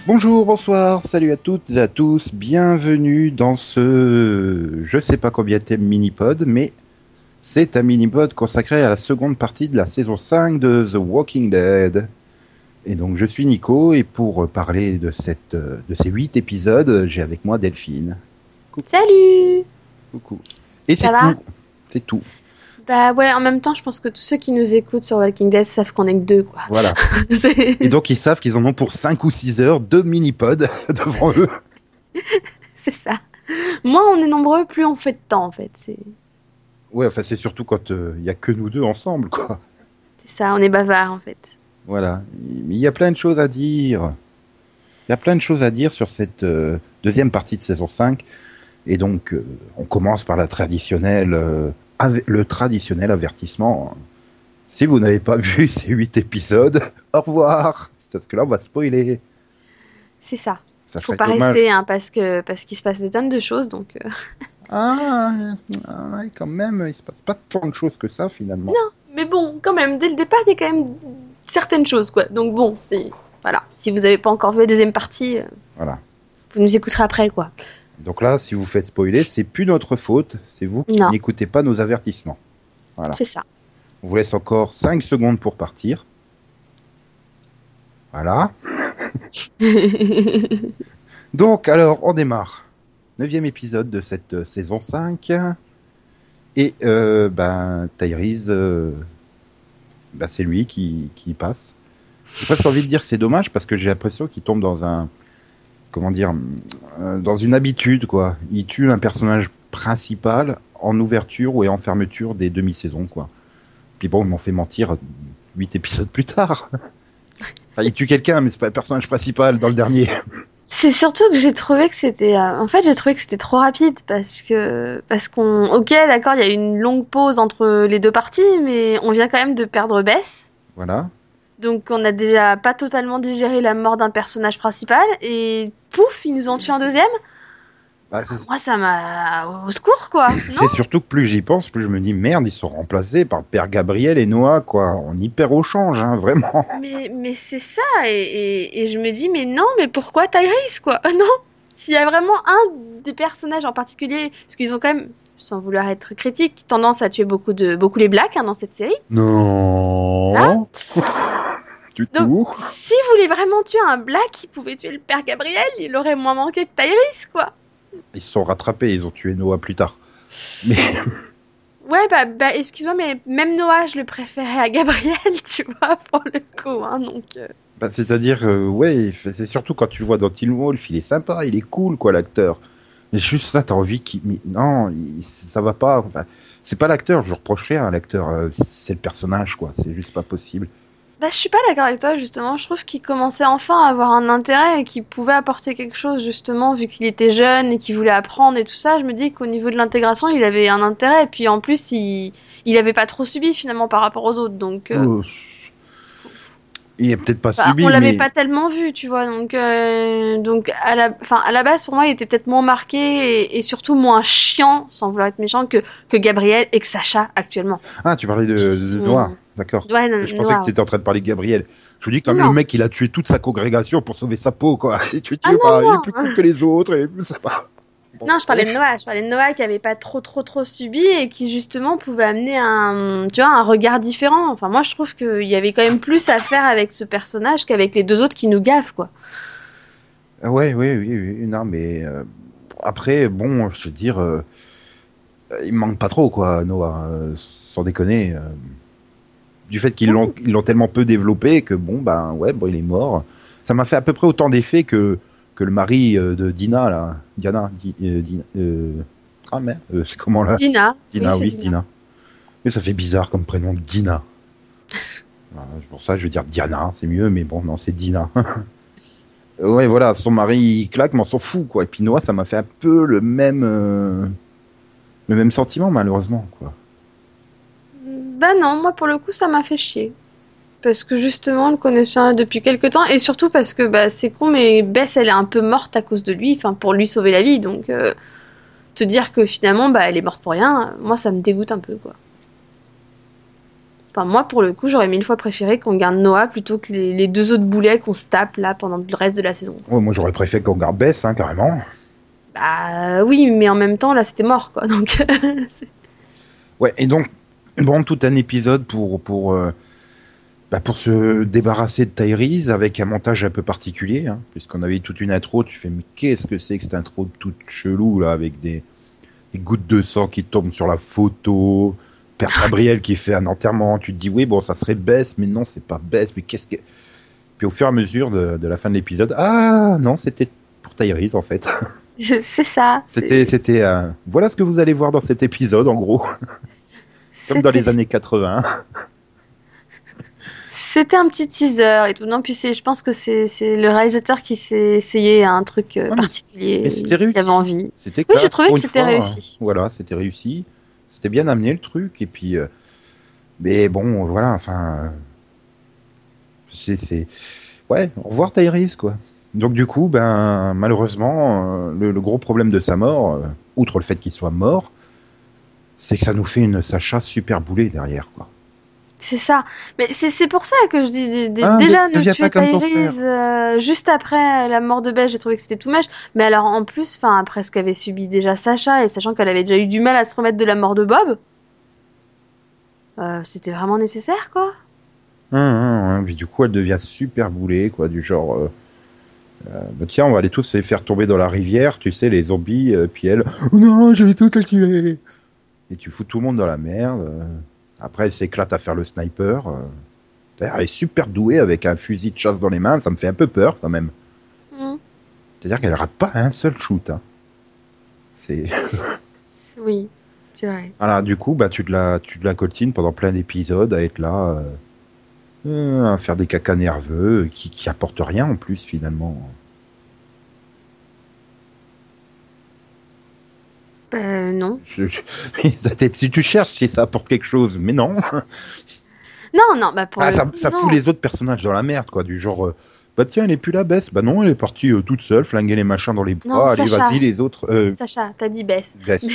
Bonjour, bonsoir, salut à toutes et à tous, bienvenue dans ce je sais pas combien de mini-pod, mais c'est un mini-pod consacré à la seconde partie de la saison 5 de The Walking Dead. Et donc je suis Nico, et pour parler de ces 8 épisodes, j'ai avec moi Delphine. Coucou. Salut! Coucou. Et Ça va? C'est tout. Bah ouais, en même temps, je pense que tous ceux qui nous écoutent sur Walking Dead savent qu'on est que deux, quoi. Voilà. Et donc ils savent qu'ils en ont pour 5 ou 6 heures de mini-pod devant eux. C'est ça. Moins on est nombreux, plus on fait de temps, en fait. Ouais, enfin c'est surtout quand il y a que nous deux ensemble, quoi. C'est ça, on est bavard, en fait. Voilà, mais il y a plein de choses à dire. Il y a plein de choses à dire sur cette deuxième partie de saison 5. Et donc, on commence par le traditionnel avertissement. Si vous n'avez pas vu ces 8 épisodes, au revoir. Parce que là, on va spoiler. C'est ça. Ça Faut serait pas dommage. rester, hein, parce qu'il se passe des tonnes de choses, donc... Ouais, quand même, il se passe pas tant de choses que ça, finalement. Non, mais bon, quand même, dès le départ, il y a quand même certaines choses, quoi. Donc bon, c'est... Voilà. Si vous avez pas encore vu la deuxième partie, Voilà. vous nous écouterez après, quoi. Donc là, si vous faites spoiler, c'est plus notre faute. C'est vous qui Non. n'écoutez pas nos avertissements. Voilà. C'est ça. On vous laisse encore 5 secondes pour partir. Voilà. Donc, alors, on démarre. 9e épisode de cette saison 5. Et, Tyrese, c'est lui qui passe. J'ai presque envie de dire que c'est dommage parce que j'ai l'impression qu'il tombe dans dans une habitude, quoi. Il tue un personnage principal en ouverture et en fermeture des demi-saisons, quoi. Puis bon, ils m'ont fait mentir 8 épisodes plus tard. Enfin, il tue quelqu'un, mais c'est pas le personnage principal dans le dernier. C'est surtout que j'ai trouvé que c'était... en fait, j'ai trouvé que c'était trop rapide parce qu'on... Ok, d'accord, il y a eu une longue pause entre les deux parties, mais on vient quand même de perdre Bess. Voilà. Donc on a déjà pas totalement digéré la mort d'un personnage principal et pouf, ils nous ont tué un deuxième. Bah, Moi, ça m'a... Au secours, quoi. Non? c'est surtout que plus j'y pense, plus je me dis merde, ils sont remplacés par Père Gabriel et Noah, quoi. On y perd au change, hein, vraiment. Mais c'est ça, et je me dis, mais non, mais pourquoi Tyrese, quoi? Non, il y a vraiment un des personnages en particulier, parce qu'ils ont quand même, sans vouloir être critique, tendance à tuer beaucoup les blacks, hein, dans cette série. Là. Non. Du Donc, tout. si vous voulez vraiment tuer un black qui pouvait tuer le père Gabriel, il aurait moins manqué que Tyrese, quoi. Ils se sont rattrapés, ils ont tué Noah plus tard. Mais Ouais, bah excuse-moi, mais même Noah, je le préférais à Gabriel, tu vois, pour le coup, hein, donc... c'est-à-dire, ouais, c'est surtout quand tu le vois dans Teen Wolf, il est sympa, il est cool, quoi, l'acteur. Mais juste ça, t'as envie qu'il... Mais non, ça va pas. Enfin, c'est pas l'acteur, je reproche rien à l'acteur, c'est le personnage, quoi. C'est juste pas possible. Bah, je suis pas d'accord avec toi, justement. Je trouve qu'il commençait enfin à avoir un intérêt et qu'il pouvait apporter quelque chose, justement, vu qu'il était jeune et qu'il voulait apprendre et tout ça. Je me dis qu'au niveau de l'intégration, il avait un intérêt. Et puis, en plus, il avait pas trop subi, finalement, par rapport aux autres. Donc, Oh, il est peut-être pas enfin, on subi, l'avait mais... pas tellement vu, tu vois. Donc à la base, pour moi, il était peut-être moins marqué et surtout moins chiant, sans vouloir être méchant, que Gabriel et que Sacha, actuellement. Ah, tu parlais Qui de Noah, sont... d'accord. Ouais, Je pensais que Noah. tu étais en train de parler de Gabriel. Je vous dis, comme le Non. mec, il a tué toute sa congrégation pour sauver sa peau, quoi. Et tu te Ah dis, non, bah, il est non. plus cool que les autres, et ça va. Bon, Non, je parlais de bref. Noah. Je parlais de Noah qui avait pas trop subi et qui justement pouvait amener un regard différent. Enfin, moi, je trouve qu'il y avait quand même plus à faire avec ce personnage qu'avec les deux autres qui nous gaffent, quoi. Ouais, oui, non, mais après, bon, je veux dire, il me manque pas trop, quoi, Noah, sans déconner. Du fait ils l'ont tellement peu développé que bon, ben, ouais, bon, il est mort. Ça m'a fait à peu près autant d'effet que le mari de Dina, là. Ah, merde, c'est comment là? Dina. Oui, Dina, c'est oui, Dina. Dina. Mais ça fait bizarre comme prénom, Dina. Voilà, pour ça, je veux dire Diana, c'est mieux, mais bon, non, c'est Dina. Ouais, voilà, son mari il claque, mais on s'en fout, quoi. Et puis Noah, ça m'a fait un peu le même sentiment, malheureusement, quoi. Bah non, moi, pour le coup, ça m'a fait chier. Parce que justement, on le connaissait depuis quelques temps. Et surtout parce que, bah, c'est con, mais Bess, elle est un peu morte à cause de lui. Enfin, pour lui sauver la vie. Donc, te dire que finalement, bah, elle est morte pour rien, moi, ça me dégoûte un peu, quoi. Enfin, moi, pour le coup, j'aurais 1000 fois préféré qu'on garde Noah plutôt que les deux autres boulets qu'on se tape là pendant le reste de la saison. Ouais, moi j'aurais préféré qu'on garde Bess, hein, carrément. Bah oui, mais en même temps, là, c'était mort, quoi. Donc, Ouais, et donc, bon, tout un épisode pour se débarrasser de Tyrese avec un montage un peu particulier, hein, puisqu'on avait toute une intro, tu fais mais qu'est-ce que c'est que cette intro toute chelou là, avec des gouttes de sang qui tombent sur la photo, Père Gabriel qui fait un enterrement, tu te dis oui bon ça serait Bess, mais non c'est pas Bess, mais qu'est-ce que... Puis au fur et à mesure de la fin de l'épisode, ah non c'était pour Tyrese en fait. c'est ça. C'était voilà ce que vous allez voir dans cet épisode en gros, comme dans les années 80. C'était un petit teaser et tout. Non, puis je pense que c'est le réalisateur qui s'est essayé à un truc Ouais, particulier, mais c'était réussi. qui avait envie. C'était Oui, classe, j'ai trouvé pour que une c'était fois, réussi. voilà, c'était réussi. C'était bien amené le truc et puis mais bon voilà, enfin c'est ouais, au revoir Tyrese quoi. Donc du coup, ben malheureusement le gros problème de sa mort, outre le fait qu'il soit mort, c'est que ça nous fait une Sacha super boulée derrière quoi. C'est ça. Mais c'est pour ça que je dis Hein, déjà ne deviens pas tuer comme ton frère. Tyrese juste après la mort de Belle, j'ai trouvé que c'était too much. Mais alors en plus, enfin après ce qu'avait subi déjà Sacha et sachant qu'elle avait déjà eu du mal à se remettre de la mort de Bob, c'était vraiment nécessaire quoi. Puis du coup, elle devient super boulée quoi, du genre bah tiens, on va aller tous les faire tomber dans la rivière, tu sais, les zombies, puis elle, oh non, je vais tout les tuer. Et tu fous tout le monde dans la merde. Après, elle s'éclate à faire le sniper. D'ailleurs, elle est super douée avec un fusil de chasse dans les mains, ça me fait un peu peur quand même. Mm. C'est-à-dire qu'elle rate pas un seul shoot. Hein. C'est Oui, c'est vrai. voilà, du coup, bah tu te la coltines pendant plein d'épisodes à être là, à faire des cacas nerveux qui apportent rien en plus finalement. Non. Si tu cherches si ça apporte quelque chose, mais non. Non, bah pour Ah, le coup, ça non. fout les autres personnages dans la merde, quoi, du genre, bah tiens, elle est plus là, Bess. Bah non, elle est partie toute seule, flinguer les machins dans les Non, bois. Allez, Sacha. vas-y, les autres. Sacha, t'as dit Bess. Bess.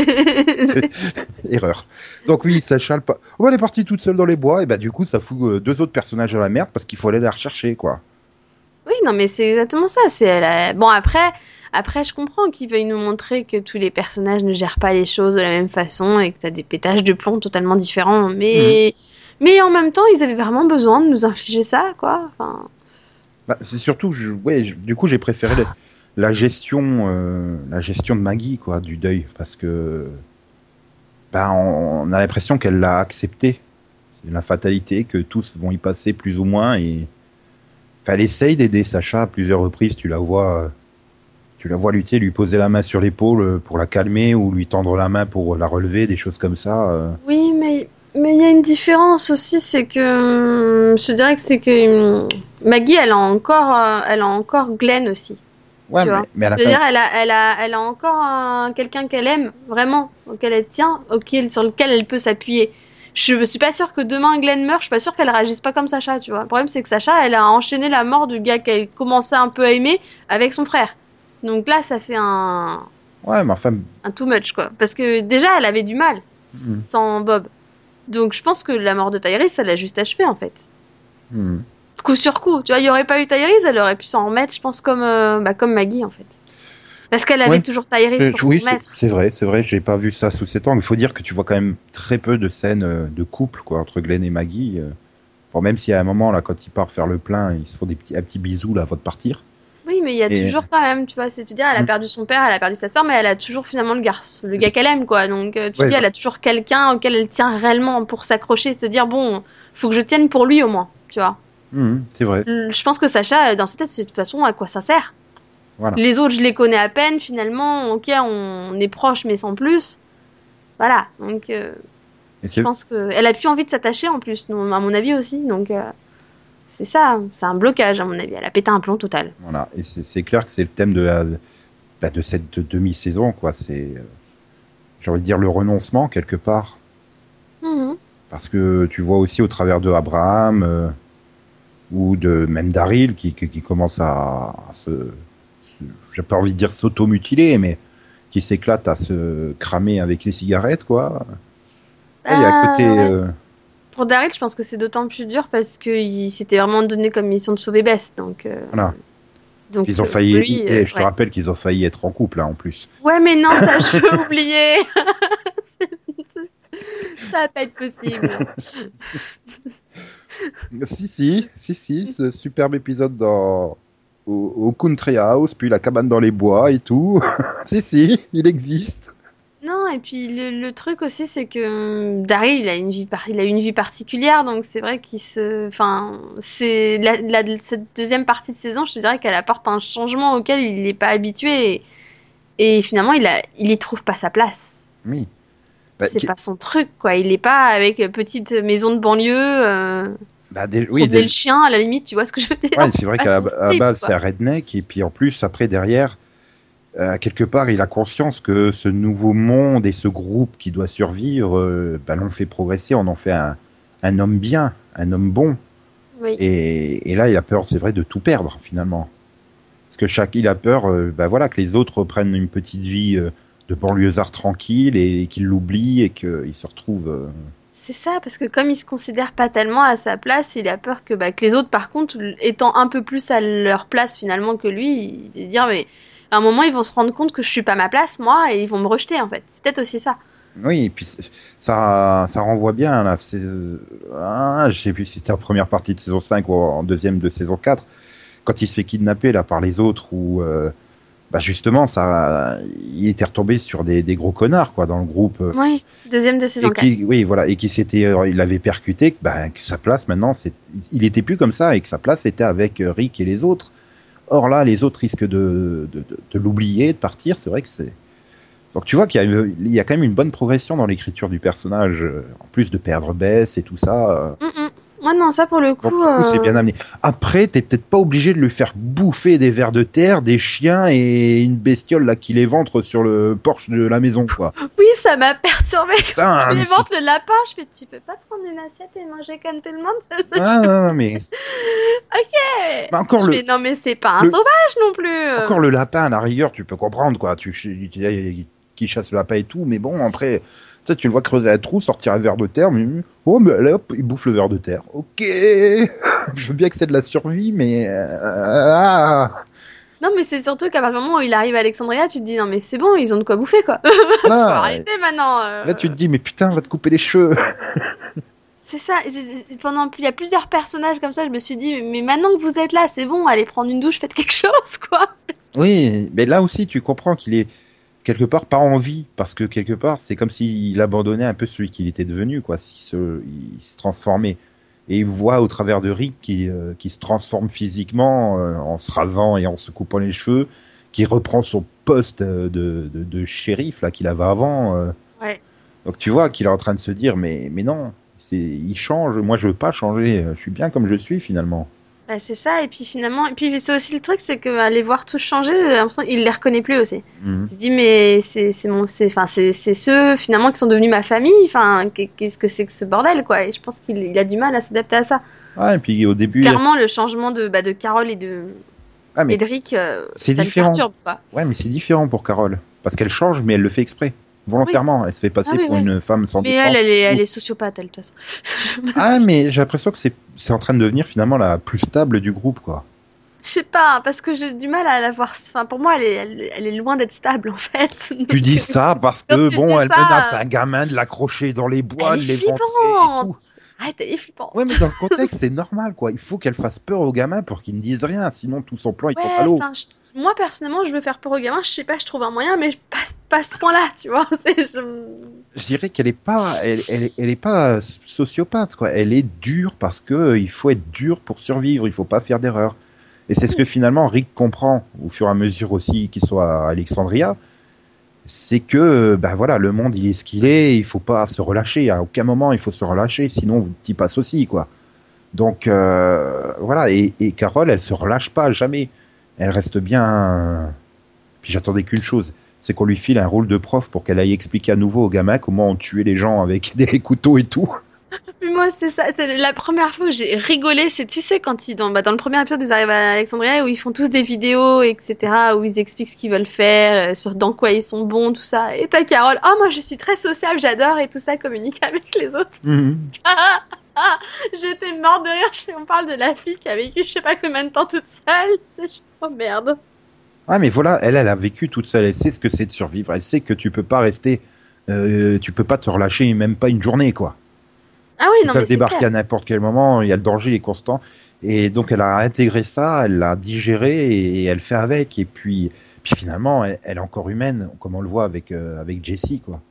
Erreur. Donc oui, Sacha, oh, elle est partie toute seule dans les bois, et bah du coup, ça fout deux autres personnages dans la merde parce qu'il faut aller la rechercher, quoi. Oui, non, mais c'est exactement ça. Bon, après, je comprends qu'ils veuillent nous montrer que tous les personnages ne gèrent pas les choses de la même façon et que t'as des pétages de plomb totalement différents. Mais en même temps, ils avaient vraiment besoin de nous infliger ça, quoi. Enfin, Bah, c'est surtout, du coup, j'ai préféré la gestion de Maggie, quoi, du deuil, parce que bah, on a l'impression qu'elle l'a accepté. C'est la fatalité, que tous vont y passer plus ou moins, et enfin, elle essaye d'aider Sacha à plusieurs reprises. Tu la vois lutter, lui poser la main sur l'épaule pour la calmer, ou lui tendre la main pour la relever, des choses comme ça. oui, mais il y a une différence aussi, c'est que je dirais que c'est que Maggie, elle a encore Glenn aussi. Ouais, Tu vois. mais elle a Je veux quand dire, même... elle a encore quelqu'un qu'elle aime vraiment, auquel elle tient, sur lequel elle peut s'appuyer. Je suis pas sûre que demain Glenn meurt, je suis pas sûre qu'elle réagisse pas comme Sacha, tu vois. Le problème, c'est que Sacha, elle a enchaîné la mort du gars qu'elle commençait un peu à aimer avec son frère. Donc là, ça fait Ouais, mais enfin... un too much, quoi. Parce que déjà, elle avait du mal hmm, sans Bob. Donc je pense que la mort de Tyrese, ça l'a juste achevé, en fait. hmm. Coup sur coup, tu vois, il y aurait pas eu Tyrese, elle aurait pu s'en remettre, je pense, comme Maggie, en fait. Parce qu'elle avait Ouais, toujours Tyrese pour s'en oui, remettre. c'est vrai, j'ai pas vu ça sous cet angle. Il faut dire que tu vois quand même très peu de scènes de couple, quoi, entre Glenn et Maggie. Bon, même si à un moment, là, quand ils partent faire le plein, ils se font un petit bisou, là, avant de partir. Oui, mais il y a Et... toujours quand même, tu vois, c'est-à-dire, elle a Hmm. perdu son père, elle a perdu sa sœur, mais elle a toujours finalement le gars qu'elle aime, quoi. Donc, tu Ouais, dis, elle a toujours quelqu'un auquel elle tient réellement pour s'accrocher, te dire, bon, faut que je tienne pour lui au moins, tu vois. c'est vrai, Je pense que Sacha, dans sa tête, c'est de toute façon à quoi ça sert. voilà. Les autres, je les connais à peine, finalement, ok, on est proches, mais sans plus. Voilà, donc Et je pense qu'elle a plus envie de s'attacher en plus, à mon avis aussi, donc c'est ça, c'est un blocage à mon avis, elle a pété un plomb total. voilà. Et c'est clair que c'est le thème de cette demi-saison, quoi. C'est, j'ai envie de dire, le renoncement, quelque part. Mhm. Parce que tu vois aussi au travers de Abraham, ou de même Daryl, qui commence à j'ai pas envie de dire s'auto-mutiler, mais qui s'éclate à se cramer avec les cigarettes, quoi. Il y a un côté... Ouais. pour Daryl, je pense que c'est d'autant plus dur parce qu'il s'était vraiment donné comme mission de sauver Bess. Donc, Voilà. donc Ils ont failli, lui, et je te ouais. rappelle qu'ils ont failli être en couple, là, en plus. Ouais, mais non, ça, je peux oublier. Ça va pas être possible. Si, ce superbe épisode au Country House, puis la cabane dans les bois et tout. Si, il existe. Non, et puis le truc aussi, c'est que Daryl, il a une vie particulière, donc c'est vrai enfin, c'est cette deuxième partie de saison, je te dirais qu'elle apporte un changement auquel il n'est pas habitué, et finalement, il y trouve pas sa place. Oui. Bah, C'est pas son truc, quoi. Il est pas avec petite maison de banlieue, oui, promener le chien, à la limite, tu vois ce que je veux dire? ouais, c'est vrai Pas qu'à son à la style, base, quoi. c'est un redneck, et puis en plus, après, derrière, quelque part, il a conscience que ce nouveau monde et ce groupe qui doit survivre, l'ont fait progresser, on en fait un homme bien, un homme bon. Oui. Et là, il a peur, c'est vrai, de tout perdre, finalement. Parce que il a peur, voilà, que les autres reprennent une petite vie de banlieusard tranquille et qu'ils l'oublient et qu'il se retrouve. C'est ça, parce que comme il se considère pas tellement à sa place, il a peur que les autres, par contre, étant un peu plus à leur place finalement que lui, ils dire mais à un moment ils vont se rendre compte que je suis pas ma place moi et ils vont me rejeter en fait. C'est peut-être aussi ça. Oui, et puis ça renvoie bien là. Je sais plus si c'était en première partie de saison 5 ou en deuxième de saison 4, quand il se fait kidnapper là par les autres, où justement il était retombé sur des gros connards quoi dans le groupe. Oui, deuxième de saison 4. Oui, voilà, et qui s'était, il avait percuté que sa place maintenant, il était plus comme ça et que sa place était avec Rick et les autres. Or là, les autres risquent de l'oublier, de partir. C'est vrai que c'est. Donc tu vois il y a quand même une bonne progression dans l'écriture du personnage, en plus de perdre Bess et tout ça. Ouais, non, ça pour le Donc coup. du coup, c'est bien amené. Après, t'es peut-être pas obligé de lui faire bouffer des vers de terre, des chiens et une bestiole là qui les ventre sur le porche de la maison, quoi. Oui, ça m'a perturbé. Putain, Je mais lui vante le lapin, je fais tu peux pas prendre une assiette et manger comme tout le monde. non, mais Ok. bah, encore Je fais non mais c'est pas un le- sauvage non plus. encore le lapin à la rigueur, tu peux comprendre quoi. Qui chasse le lapin et tout, mais bon après, tu le vois creuser un trou, sortir un ver de terre, mais allez, hop, il bouffe le ver de terre. Ok, je veux bien que c'est de la survie, mais Non, mais c'est surtout qu'à partir du moment où il arrive à Alexandria, tu te dis non, mais c'est bon, ils ont de quoi bouffer quoi. Faut voilà. arrêter maintenant. Là tu te dis mais putain, on va te couper les cheveux. C'est ça. Il y a plusieurs personnages comme ça, je me suis dit mais maintenant que vous êtes là, c'est bon, allez prendre une douche, faites quelque chose quoi. Oui, mais là aussi tu comprends qu'il est quelque part pas en vie, parce que quelque part c'est comme s'il abandonnait un peu celui qu'il était devenu, quoi. Il se transformait. Et il voit au travers de Rick qui se transforme physiquement en se rasant et en se coupant les cheveux, qui reprend son poste de shérif là qu'il avait avant. Ouais. Donc tu vois qu'il est en train de se dire mais non, il change. Moi je veux pas changer. Je suis bien comme je suis finalement. Bah, c'est ça. Et puis finalement, et puis c'est aussi le truc, c'est que les voir tous changer, j'ai l'impression qu'il les reconnaît plus aussi. Mhm. Il se dit mais c'est ceux finalement qui sont devenus ma famille. Enfin qu'est-ce que c'est que ce bordel quoi. Et je pense qu'il a du mal à s'adapter à ça. Ouais, et puis au début. Clairement, le changement de Carole et de Mais Edric, c'est ça différent. me perturbe quoi. Ouais, mais c'est différent pour Carole. Parce qu'elle change, mais elle le fait exprès. Volontairement. Elle se fait passer pour une femme sans Mais défense. elle est sociopathe, elle, de toute façon. Ah, mais j'ai l'impression que c'est en train de devenir finalement la plus stable du groupe, quoi. Je sais pas, hein, parce que j'ai du mal à la voir. Enfin, pour moi, elle est loin d'être stable, en fait. Tu dis ça parce que, tu bon, dis elle ça, menace un gamin de l'accrocher dans les bois, de Elle est l'éventrer et tout. flippante. Arrête, elle est flippante. Ouais, mais dans le contexte, c'est normal, quoi. Il faut qu'elle fasse peur au gamin pour qu'il ne dise rien, sinon tout son plan, il tombe à l'eau. Enfin, moi, personnellement, je veux faire peur aux gamins. Je sais pas, je trouve un moyen, mais pas à ce point-là, tu vois. Je dirais qu'elle est pas, elle est pas sociopathe, quoi. Elle est dure parce que il faut être dur pour survivre. Il faut pas faire d'erreur. Et c'est ce que finalement Rick comprend au fur et à mesure aussi qu'il soit à Alexandria. C'est que, voilà, le monde il est ce qu'il est. Il faut pas se relâcher. À aucun moment il faut se relâcher, sinon tu passes aussi, quoi. Donc voilà. Et Carole, elle se relâche pas jamais. Elle reste bien. Puis j'attendais qu'une chose, c'est qu'on lui file un rôle de prof pour qu'elle aille expliquer à nouveau aux gamins comment on tuait les gens avec des couteaux et tout. Mais moi, c'est ça. C'est la première fois où j'ai rigolé. C'est, tu sais, quand dans le premier épisode, ils arrivent à Alexandria où ils font tous des vidéos, etc., où ils expliquent ce qu'ils veulent faire, sur dans quoi ils sont bons, tout ça. Et t'as Carole, oh, moi, je suis très sociable, j'adore, et tout ça, communiquer avec les autres. Mhm. J'étais morte de rire. On parle de la fille qui a vécu je sais pas combien de temps toute seule. Oh merde. Ah, mais voilà, elle a vécu toute seule. Elle sait ce que c'est de survivre. Elle sait que tu peux pas rester, tu peux pas te relâcher même pas une journée, quoi. Ah oui, Ils non, peuvent mais c'est débarquer clair. à n'importe quel moment. Il y a le danger, il est constant. Et donc, elle a intégré ça, elle l'a digéré et elle fait avec. Et puis finalement, elle est encore humaine, comme on le voit avec Jessie, quoi.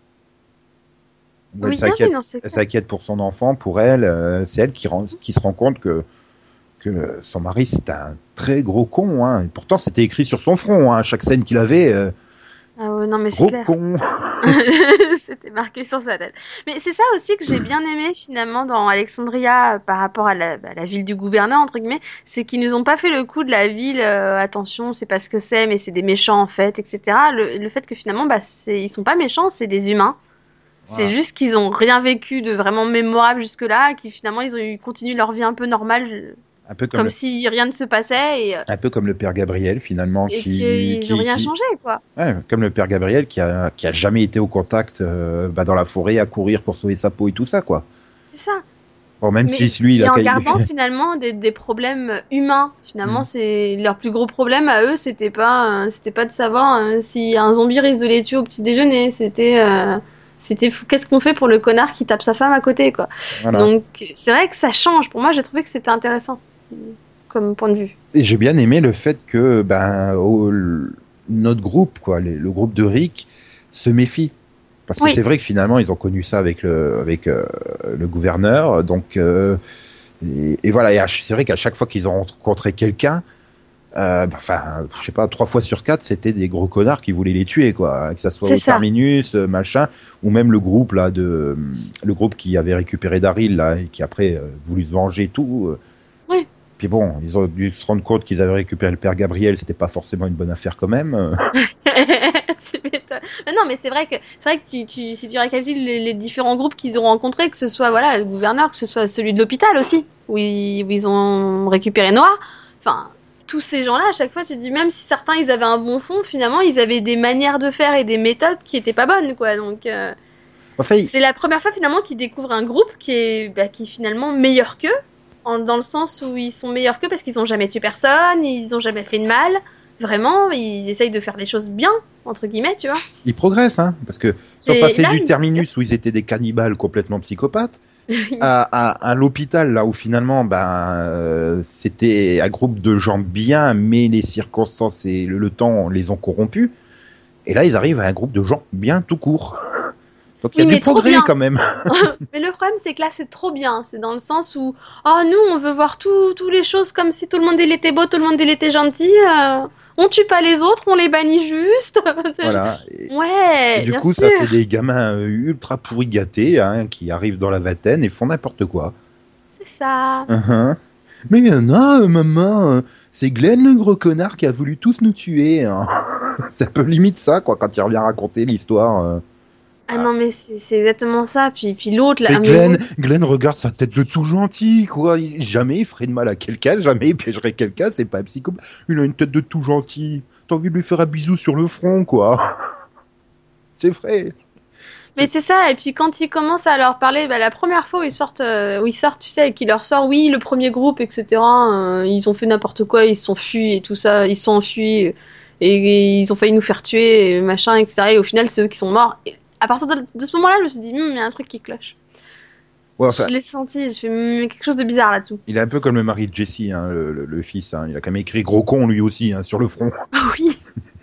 Où Oui, non, mais non, c'est elle clair. s'inquiète pour son enfant, pour elle. C'est elle qui se rend compte que son mari c'est un très gros con. Hein. Et pourtant, c'était écrit sur son front. Hein. Chaque scène qu'il avait, Ah ouais, non, mais c'est gros clair. con. C'était marqué sur sa tête. Mais c'est ça aussi que j'ai bien aimé finalement dans Alexandria par rapport à la ville du gouverneur, entre guillemets, c'est qu'ils nous ont pas fait le coup de la ville, attention, c'est pas ce que c'est, mais c'est des méchants en fait, etc. Le fait que finalement, ils sont pas méchants, c'est des humains. C'est Voilà. juste qu'ils ont rien vécu de vraiment mémorable jusque-là, et qu'ils finalement ils ont continué leur vie un peu normale, Un peu comme comme si rien ne se passait, un peu comme le père Gabriel finalement, et qu'ils ont rien changé, quoi. ouais, comme le père Gabriel qui a jamais été au contact dans la forêt à courir pour sauver sa peau et tout ça, quoi. C'est ça. Bon, même Mais si lui, il a et en gardant finalement des problèmes humains. Finalement, Mhm. c'est leur plus gros problème à eux, c'était pas de savoir si un zombie risque de les tuer au petit déjeuner. C'était qu'est-ce qu'on fait pour le connard qui tape sa femme à côté, quoi. Voilà. Donc c'est vrai que ça change. Pour moi, j'ai trouvé que c'était intéressant comme point de vue. Et j'ai bien aimé le fait que notre groupe, quoi, le groupe de Rick, se méfie. Parce que Oui, c'est vrai que finalement, ils ont connu ça avec le gouverneur. Donc, et voilà. Et c'est vrai qu'à chaque fois qu'ils ont rencontré quelqu'un, enfin, je sais pas, 3 fois sur 4, c'était des gros connards qui voulaient les tuer, quoi. Que ça soit c'est au ça. terminus, machin, ou même le groupe là le groupe qui avait récupéré Daryl là et qui après voulu se venger et tout. Oui. Puis bon, ils ont dû se rendre compte qu'ils avaient récupéré le père Gabriel, c'était pas forcément une bonne affaire quand même. Tu m'étonnes. Mais non, mais c'est vrai que si tu récapitules les différents groupes qu'ils ont rencontrés, que ce soit voilà le gouverneur, que ce soit celui de l'hôpital aussi, où ils ont récupéré Noah. Enfin, tous ces gens-là, à chaque fois, tu te dis même si certains ils avaient un bon fond, finalement ils avaient des manières de faire et des méthodes qui étaient pas bonnes, quoi. Donc Enfin, c'est la première fois finalement qu'ils découvrent un groupe qui est finalement meilleur qu'eux, dans le sens où ils sont meilleurs qu'eux parce qu'ils ont jamais tué personne, ils ont jamais fait de mal. Vraiment, ils essayent de faire les choses bien, entre guillemets, tu vois. ils progressent, hein, parce que sans C'est passer là, du terminus où ils étaient des cannibales complètement psychopathes, à l'hôpital là où finalement c'était un groupe de gens bien, mais les circonstances et le temps les ont corrompus. Et là, ils arrivent à un groupe de gens bien tout court. Donc il y a oui, du mais trop progrès bien. quand même. Mais le problème, c'est que là, c'est trop bien. C'est dans le sens où, oh, nous, on veut voir tous les choses comme si tout le monde il était beau, tout le monde il était gentil. On tue pas les autres, on les bannit juste. Voilà. Et Ouais, du bien coup, ça sûr. fait des gamins ultra pourris gâtés hein, qui arrivent dans la vingtaine et font n'importe quoi. C'est ça. Uhum. Mais non, maman, c'est Glenn le gros connard qui a voulu tous nous tuer. Hein. C'est un peu limite ça, quoi, quand il revient raconter l'histoire. Ah non, mais c'est exactement ça. Puis l'autre, là, Mais ah, mais oui. Glenn regarde sa tête de tout gentil, quoi. Jamais il ferait de mal à quelqu'un, jamais il piégerait quelqu'un, c'est pas un psychopathe. Il a une tête de tout gentil. T'as envie de lui faire un bisou sur le front, quoi. C'est vrai. Mais c'est ça, et puis quand ils commencent à leur parler, la première fois où ils sortent, tu sais, et qu'ils leur sortent, oui, le premier groupe, etc., ils ont fait n'importe quoi, ils se sont fuis et tout ça, ils se sont enfuis, et ils ont failli nous faire tuer, et machin, etc., et au final, c'est eux qui sont morts. Et à partir de ce moment-là, je me suis dit, il y a un truc qui cloche. Ouais, Je enfin, l'ai senti, je fais, il y a quelque chose de bizarre là-dessous. il est un peu comme le mari de Jessie, hein, le fils. Hein. Il a quand même écrit gros con lui aussi hein, sur le front. Ah oui.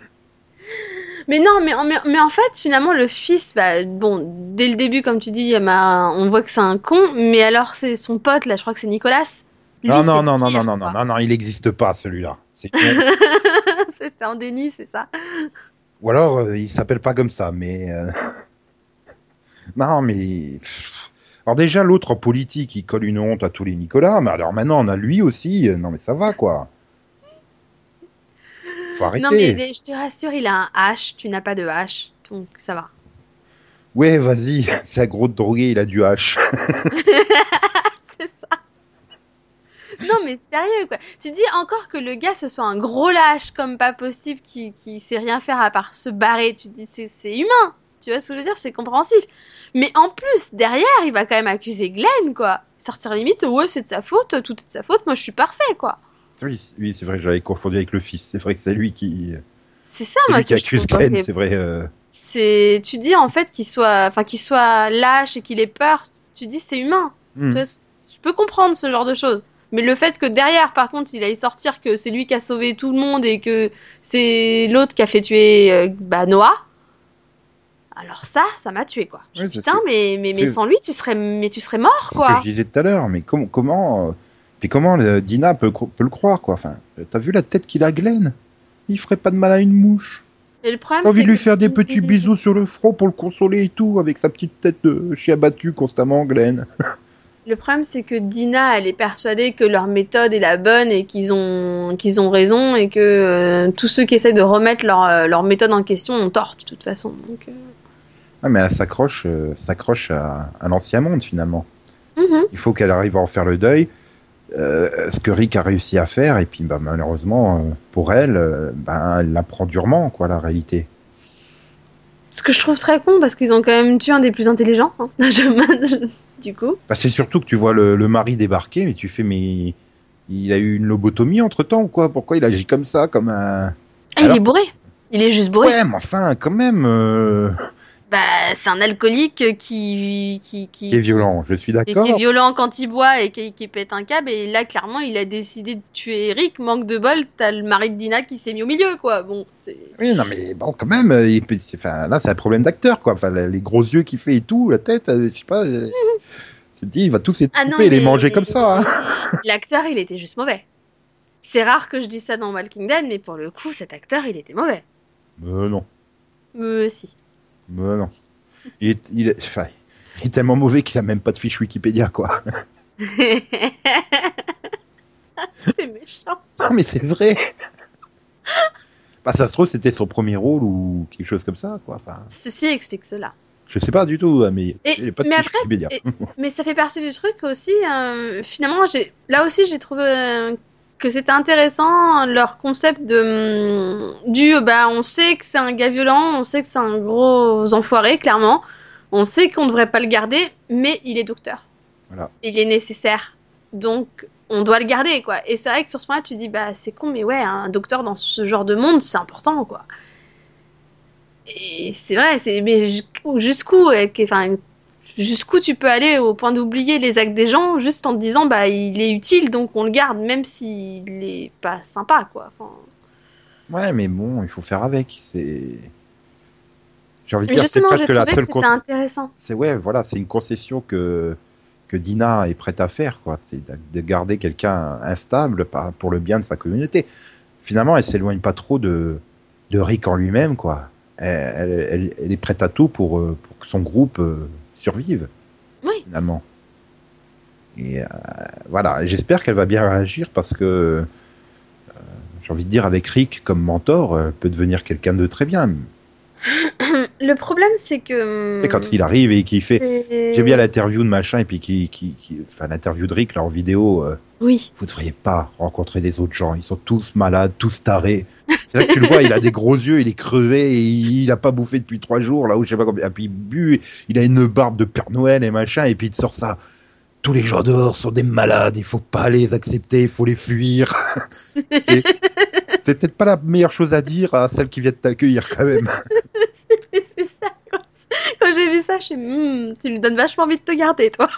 Mais non, mais en fait, finalement, le fils, bon, dès le début, comme tu dis, on voit que c'est un con, mais alors c'est son pote, là, je crois que c'est Nicolas. Non, Lui, non, c'est non, non, non, pire, non, non, quoi. non, non, il n'existe pas celui-là. C'est con. C'était un déni, c'est ça. Ou alors, il s'appelle pas comme ça, mais non, mais alors déjà l'autre en politique, il colle une honte à tous les Nicolas, mais alors maintenant on a lui aussi. Non mais ça va quoi. Faut Non, mais arrêter. je te rassure, il a un H, tu n'as pas de H, donc ça va. Ouais, vas-y, c'est un gros drogué, il a du H. C'est ça. Non, mais sérieux, quoi. Tu dis encore que le gars, ce soit un gros lâche comme pas possible, qui sait rien faire à part se barrer. Tu dis, c'est humain. Tu vois ce que je veux dire? C'est compréhensif. Mais en plus, derrière, il va quand même accuser Glenn, quoi. Sortir limite, ouais, c'est de sa faute, tout est de sa faute, moi je suis parfait, quoi. Oui, c'est vrai, j'avais confondu avec le fils. C'est vrai que c'est lui qui C'est ça, moi, que je accuse trouve Glenn, horrible. c'est vrai. Tu dis en fait qu'il soit lâche et qu'il ait peur, tu dis c'est humain. Tu vois, je peux comprendre ce genre de choses. Mais le fait que derrière, par contre, il aille sortir que c'est lui qui a sauvé tout le monde et que c'est l'autre qui a fait tuer Noah, alors ça m'a tué, quoi. Ouais, Putain, parce que mais sans lui, tu serais mort, c'est ce que quoi. je disais tout à l'heure, mais comment Dina peut le croire, quoi. Enfin, t'as vu la tête qu'il a, Glenn? Il ferait pas de mal à une mouche. Et le problème, T'as envie c'est de lui que faire des petits bisous sur le front pour le consoler et tout, avec sa petite tête de chien battu constamment, Glenn. Le problème, c'est que Dina, elle est persuadée que leur méthode est la bonne et qu'ils ont raison et que tous ceux qui essaient de remettre leur méthode en question ont tort, de toute façon. Donc, Ouais, mais elle s'accroche à l'ancien monde, finalement. Il faut qu'elle arrive à en faire le deuil. Ce que Rick a réussi à faire, et puis malheureusement, pour elle, elle l'apprend durement, quoi, la réalité. Ce que je trouve très con, parce qu'ils ont quand même tué un des plus intelligents, hein, du coup. C'est surtout que tu vois le mari débarquer, mais tu fais, mais il a eu une lobotomie entre-temps ou quoi? Pourquoi il agit comme ça, comme un... Il est bourré. Il est juste bourré. Ouais, mais enfin, quand même... C'est un alcoolique qui est violent, je suis d'accord. Qui est violent quand il boit et qui pète un câble. Et là, clairement, il a décidé de tuer Eric. Manque de bol, t'as le mari de Dina qui s'est mis au milieu, quoi. Bon, oui, non, mais bon, quand même, là, c'est un problème d'acteur, quoi. Enfin, les gros yeux qu'il fait et tout, la tête, je sais pas... Tu te dis, il va tous les couper et les manger comme ça. Hein. L'acteur, il était juste mauvais. C'est rare que je dise ça dans Walking Dead, mais pour le coup, cet acteur, il était mauvais. Non. Si. Non. Il est tellement mauvais qu'il a même pas de fiche Wikipédia, quoi. C'est méchant. Non, mais c'est vrai. Ça se trouve, c'était son premier rôle ou quelque chose comme ça, quoi. Enfin, ceci explique cela. Je sais pas du tout, mais il n'y a pas de fiche Wikipédia. Mais ça fait partie du truc aussi. Finalement, là aussi, j'ai trouvé que c'était intéressant leur concept on sait que c'est un gars violent, on sait que c'est un gros enfoiré, clairement. On sait qu'on ne devrait pas le garder, mais il est docteur. Voilà. Il est nécessaire. Donc, on doit le garder, quoi. Et c'est vrai que sur ce point-là, tu dis, c'est con, mais ouais, un docteur dans ce genre de monde, c'est important, quoi. Et c'est vrai, mais jusqu'où tu peux aller au point d'oublier les actes des gens juste en te disant il est utile donc on le garde même s'il est pas sympa, quoi. Ouais, mais bon, il faut faire avec. J'ai envie de dire, c'est presque la seule concession. Intéressant. C'est une concession que Dina est prête à faire, quoi. C'est de garder quelqu'un instable pour le bien de sa communauté. Finalement, elle s'éloigne pas trop de Rick en lui-même, quoi. Elle est prête à tout pour que son groupe survive, oui. Finalement. Et voilà, j'espère qu'elle va bien réagir parce que j'ai envie de dire, avec Rick comme mentor, elle peut devenir quelqu'un de très bien. Le problème, c'est que... Et quand il arrive et qu'il fait... J'ai bien l'interview de machin, et puis l'interview de Rick, là, en vidéo. Oui. Vous devriez pas rencontrer des autres gens. Ils sont tous malades, tous tarés. C'est là que tu le vois, il a des gros yeux, il est crevé, et il a pas bouffé depuis 3 jours, là où je sais pas combien. Et puis il bu, il a une barbe de Père Noël et machin, et puis il te sort ça. Tous les gens dehors sont des malades, il faut pas les accepter, il faut les fuir. C'est peut-être pas la meilleure chose à dire à celle qui vient de t'accueillir, quand même. C'est ça, quand j'ai vu ça, je suis tu lui donnes vachement envie de te garder, toi.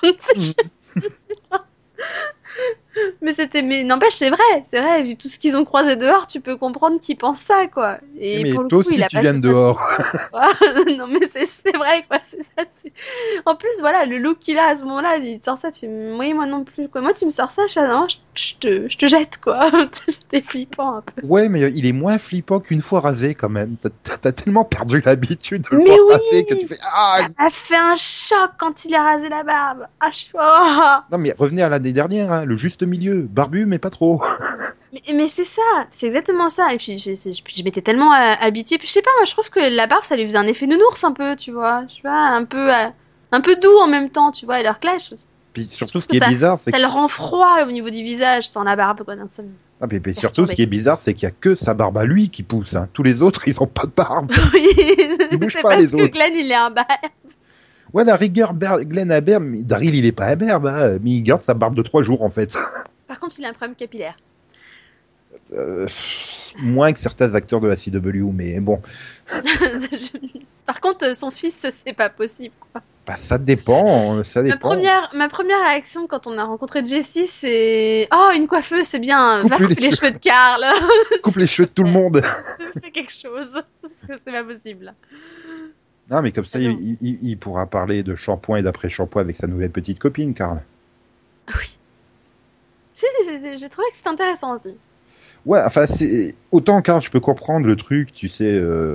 Mais n'empêche, c'est vrai, vu tout ce qu'ils ont croisé dehors, tu peux comprendre qu'ils pensent ça, quoi. Et mais pour le toi coup, aussi, tu viens de dehors. Non, mais c'est vrai, quoi, c'est ça. En plus, voilà, le look qu'il a à ce moment-là, il sort ça, oui, moi non plus, quoi. Moi, tu me sors ça, je te jette, quoi. T'es flippant, un peu. Ouais, mais il est moins flippant qu'une fois rasé, quand même. T'as tellement perdu l'habitude de le voir raser que tu fais... Ça a fait un choc quand il a rasé la barbe. Non, mais revenez à l'année dernière, hein, le juste milieu. Barbu, mais pas trop. Mais c'est ça, c'est exactement ça. Et puis je m'étais tellement habituée. Puis je sais pas, moi je trouve que la barbe ça lui faisait un effet nounours un peu, tu vois. Je sais pas, un peu doux en même temps, tu vois. Alors que là, puis surtout, ce qui est bizarre, c'est que ça le rend froid au niveau du visage sans la barbe, quoi. Ah, mais surtout, ce qui est bizarre, c'est qu'il y a que sa barbe à lui qui pousse. Hein. Tous les autres, ils ont pas de barbe. Oui, ils bougent pas les autres. Parce que Glenn, il est un barbe. Ouais, la rigueur, Glenn a berbe, mais Daryl, il est pas à berbe, hein, mais il garde sa barbe de 3 jours, en fait. Par contre, il a un problème capillaire. Euh, Moins que certains acteurs de la CW, mais bon. Par contre, son fils, c'est pas possible, quoi. Bah, ça dépend, ça Ma dépend. première réaction quand on a rencontré Jessie, c'est oh, une coiffeuse, c'est bien, va Coupe-lui couper les cheveux de Carl. Coupe les cheveux de tout le monde. Fais quelque chose, parce que c'est pas possible. Non, mais comme ça, Ah non. il pourra parler de shampoing et d'après-shampoing avec sa nouvelle petite copine, Karl. Oui. J'ai trouvé que c'était intéressant aussi. Ouais, enfin, autant Karl, je peux comprendre le truc, tu sais,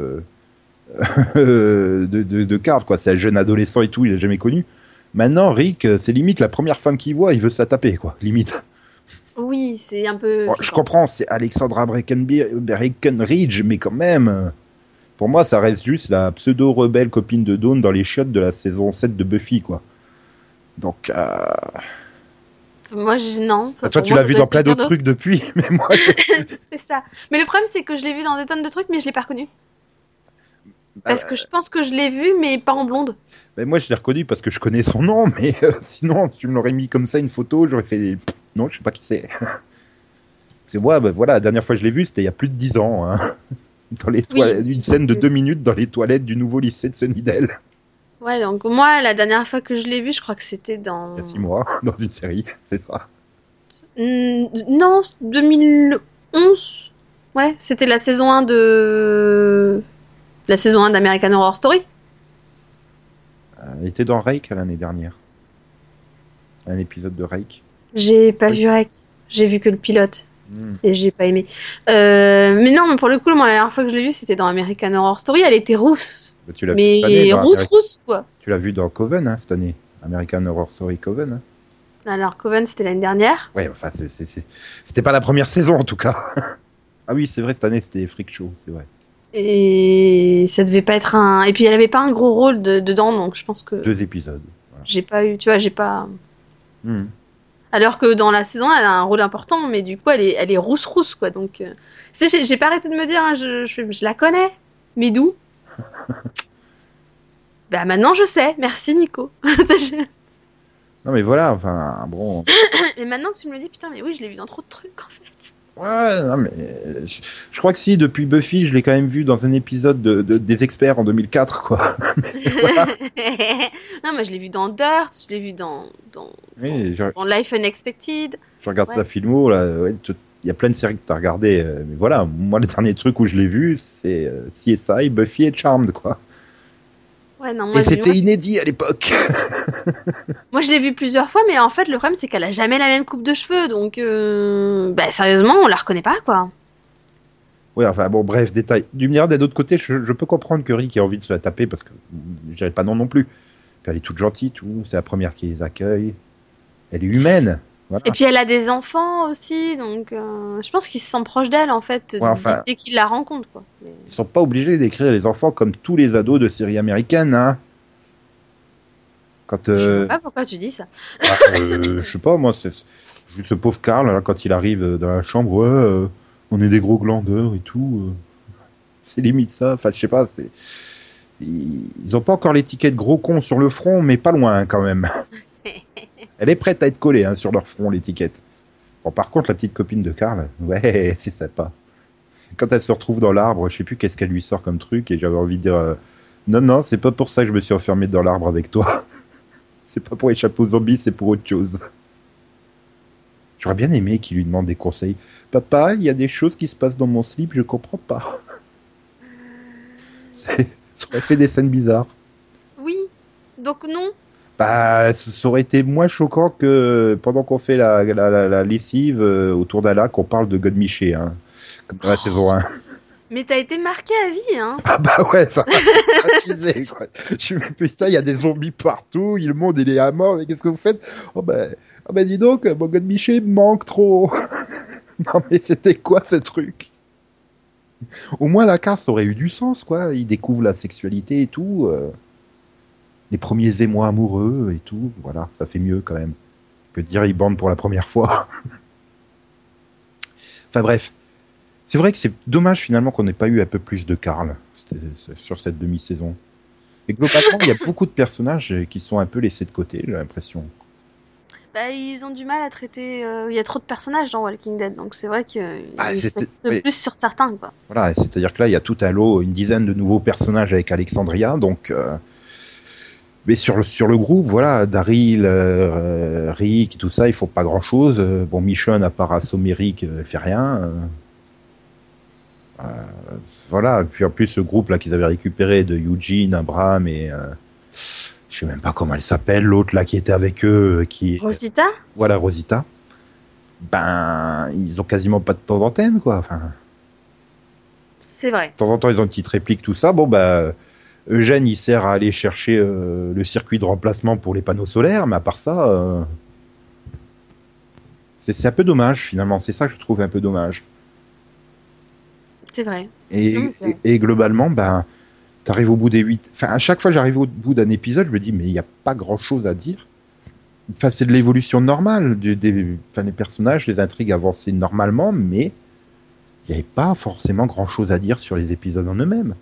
de Karl, quoi. C'est un jeune adolescent et tout, il a jamais connu. Maintenant, Rick, c'est limite la première femme qu'il voit, il veut se la taper, quoi. Limite. Oui, c'est un peu. Bon, je comprends, c'est Alexandra Breckenridge, mais quand même. Pour moi, ça reste juste la pseudo-rebelle copine de Dawn dans les chiottes de la saison 7 de Buffy, quoi. Donc, Moi, non. Enfin, toi, pour tu moi, l'as ça vu doit dans être plein quelqu'un d'autres d'autre. trucs depuis, mais moi, C'est ça. Mais le problème, c'est que je l'ai vu dans des tonnes de trucs, mais je l'ai pas reconnu. Parce que je pense que je l'ai vu, mais pas en blonde. moi, je l'ai reconnu parce que je connais son nom, mais sinon, tu me l'aurais mis comme ça, une photo, j'aurais fait... Non, je sais pas qui c'est. C'est moi, bah, voilà, la dernière fois que je l'ai vu, c'était il y a plus de 10 ans, hein. Dans les Oui. toilettes, une scène de 2 minutes dans les toilettes du nouveau lycée de Sunnydale. Ouais, donc moi, la dernière fois que je l'ai vu, je crois que c'était dans. Il y a 6 mois, dans une série, c'est ça. Non, 2011. Ouais, c'était la saison 1 de. La saison 1 d'American Horror Story. Il était dans Rake l'année dernière. Un épisode de Rake. J'ai pas Oui. vu Rec. J'ai vu que le pilote. Hmm. Et j'ai pas aimé. Mais non, mais pour le coup, moi, la dernière fois que je l'ai vue, c'était dans American Horror Story. Elle était rousse. Bah, tu l'as vu cette année Mais dans rousse, quoi. Tu l'as vu dans Coven, hein, cette année. American Horror Story Coven. Hein. Alors, Coven, c'était l'année dernière. Ouais, enfin, c'était pas la première saison, en tout cas. Ah oui, c'est vrai, cette année, c'était Freak Show, c'est vrai. Et ça devait pas être un. Et puis, elle avait pas un gros rôle dedans, donc je pense que 2 épisodes. Voilà. j'ai pas eu. Tu vois, j'ai pas. Hmm. Alors que dans la saison, elle a un rôle important, mais du coup, elle est rousse, quoi. Donc, tu sais, j'ai pas arrêté de me dire, hein, je la connais. Mais d'où? Bah, maintenant, je sais. Merci, Nico. Non, mais voilà, enfin, bon. Et maintenant que tu me le dis, putain, mais oui, je l'ai vu dans trop de trucs, en fait. Ouais, non, mais je crois que si, depuis Buffy, je l'ai quand même vu dans un épisode des experts en 2004, quoi. Voilà. Non, mais je l'ai vu dans Dirt, je l'ai vu Oui, dans Life Unexpected. je regarde Ouais. sa filmo, là, ouais, il y a plein de séries que t'as regardé, mais voilà, moi, le dernier truc où je l'ai vu, c'est CSI, Buffy et Charmed, quoi. Ouais, non, Et c'était inédit à l'époque. moi, je l'ai vu plusieurs fois, mais en fait, le problème, c'est qu'elle a jamais la même coupe de cheveux, donc, bah, sérieusement, on la reconnaît pas, quoi. Ouais, enfin, bon, bref, détail. Du milliard d'un autre côté, je peux comprendre que Rick ait envie de se la taper, parce que je dirais pas non plus. Puis elle est toute gentille, tout, c'est la première qui les accueille. Elle est humaine. Voilà. Et puis, elle a des enfants aussi, donc, je pense qu'il se sent proche d'elle, en fait, Ouais, enfin, dès qu'il la rencontre, quoi. Mais... ils sont pas obligés d'écrire les enfants comme tous les ados de séries américaines, hein. Quand, Je vois pas pourquoi tu dis ça. je sais pas, moi, c'est juste le pauvre Carl, là, quand il arrive dans la chambre, ouais, on est des gros glandeurs et tout. C'est limite ça. Enfin, je sais pas, ils ont pas encore l'étiquette gros con sur le front, mais pas loin, hein, quand même. Elle est prête à être collée, hein, sur leur front, l'étiquette. Bon, par contre, la petite copine de Carl, ouais, c'est sympa. Quand elle se retrouve dans l'arbre, je sais plus qu'est-ce qu'elle lui sort comme truc, et j'avais envie de dire, non, c'est pas pour ça que je me suis enfermé dans l'arbre avec toi. C'est pas pour échapper aux zombies, c'est pour autre chose. J'aurais bien aimé qu'il lui demande des conseils. Papa, il y a des choses qui se passent dans mon slip, je comprends pas. Ça aurait fait des scènes bizarres. Oui, donc non. Bah, ça aurait été moins choquant que pendant qu'on fait la lessive autour d'un lac, on parle de Godmiché, hein, comme dans la saison 1. Mais t'as été marqué à vie, hein. Ah bah ouais, ça m'a traumatisé, quoi. Je me dis, ça, il y a des zombies partout, le monde il est à mort, mais qu'est-ce que vous faites? Oh bah dis donc, mon Godmiché me manque trop. Non mais c'était quoi ce truc? Au moins la carte aurait eu du sens, quoi. Il découvre la sexualité et tout. Les premiers émois amoureux et tout. Voilà, ça fait mieux quand même. Que de dire ils bandent pour la première fois. Enfin bref. C'est vrai que c'est dommage finalement qu'on n'ait pas eu un peu plus de Carl sur cette demi-saison. Mais globalement, il y a beaucoup de personnages qui sont un peu laissés de côté, j'ai l'impression. Bah, ils ont du mal à traiter. Il y a trop de personnages dans Walking Dead, donc c'est vrai qu'ils Ah, s'insistent oui, plus sur certains, quoi. voilà, c'est-à-dire que là, il y a tout un lot, une dizaine de nouveaux personnages avec Alexandria, donc. Mais sur le groupe, voilà, Daryl, Rick, tout ça, il faut pas grand-chose. Bon, Michonne, à part assommer Rick, elle fait rien. Voilà. Puis en plus, ce groupe là qu'ils avaient récupéré de Eugene, Abraham et je sais même pas comment elle s'appelle, l'autre là qui était avec eux, Rosita? voilà, Rosita. Ben, ils ont quasiment pas de temps d'antenne, quoi. Enfin, C'est vrai. de temps en temps, ils ont une petite réplique, tout ça. Bon, bah, Eugène, il sert à aller chercher le circuit de remplacement pour les panneaux solaires, mais à part ça, c'est un peu dommage, finalement. C'est ça que je trouve un peu dommage. C'est vrai. Et, Non, c'est vrai. et globalement, ben, t'arrives au bout des 8... Enfin, à chaque fois que j'arrive au bout d'un épisode, je me dis, mais il n'y a pas grand-chose à dire. Enfin, c'est de l'évolution normale. Enfin, les personnages, les intrigues avançaient normalement, mais il n'y avait pas forcément grand-chose à dire sur les épisodes en eux-mêmes.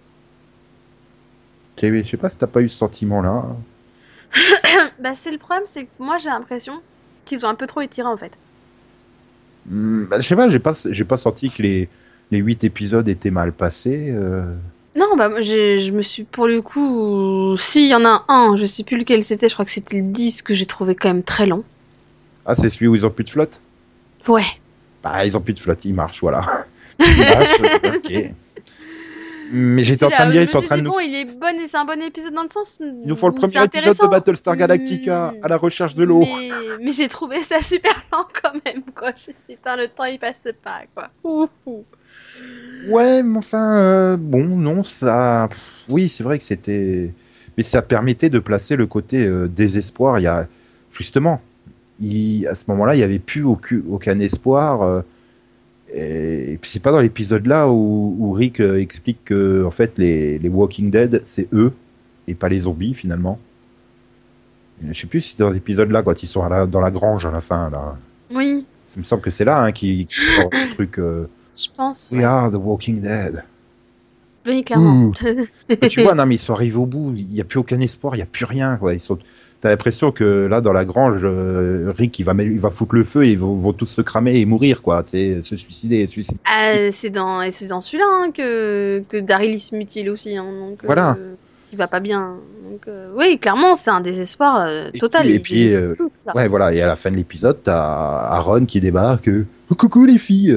Je sais pas si t'as pas eu ce sentiment-là. Bah, c'est le problème, c'est que moi j'ai l'impression qu'ils ont un peu trop étiré en fait. Bah, je sais pas, j'ai pas senti que les 8 épisodes étaient mal passés. Non, bah, moi, je me suis, pour le coup, s'il y en a un, je sais plus lequel c'était, je crois que c'était le 10 que j'ai trouvé quand même très long. Ah, c'est celui où ils ont plus de flotte? Ouais. Bah, ils ont plus de flotte, ils marchent, voilà. Ils marchent, ok. Mais j'étais en train de Je dire, ils me sont en suis train dit, de nous... bon, il est bon et c'est un bon épisode dans le sens Ils nous font le où c'est premier épisode de intéressant. Battlestar Galactica, à la recherche de l'eau. Mais j'ai trouvé ça super lent quand même, quoi. J'ai dit, putain, le temps il passe pas, quoi. Ouh, ouh. Ouais, mais enfin, bon, non, ça... Oui, c'est vrai que c'était... Mais ça permettait de placer le côté désespoir. Il y a... Justement, à ce moment-là, il n'y avait plus aucun espoir. Et puis c'est pas dans l'épisode là où Rick explique que en fait les Walking Dead c'est eux et pas les zombies finalement. Je sais plus si c'est dans l'épisode là quand ils sont dans la grange à la fin là. Oui, Ça me semble que c'est là hein, qui sort le truc je pense, We ouais. are the Walking Dead. Oui, clairement. Ouh. Mais tu vois, non mais ils sont arrivés au bout, il y a plus aucun espoir, il y a plus rien quoi. T'as l'impression que là dans la grange, Rick il va foutre le feu et ils vont tous se cramer et mourir quoi, se suicider, C'est dans celui-là hein, que Daryl il se mutile aussi, hein, donc Voilà. il va pas bien. Donc oui, clairement, c'est un désespoir total. Et Ils puis désespèrent tous là. ouais, voilà. Et à la fin de l'épisode, t'as Aaron qui débarque. Oh, coucou les filles.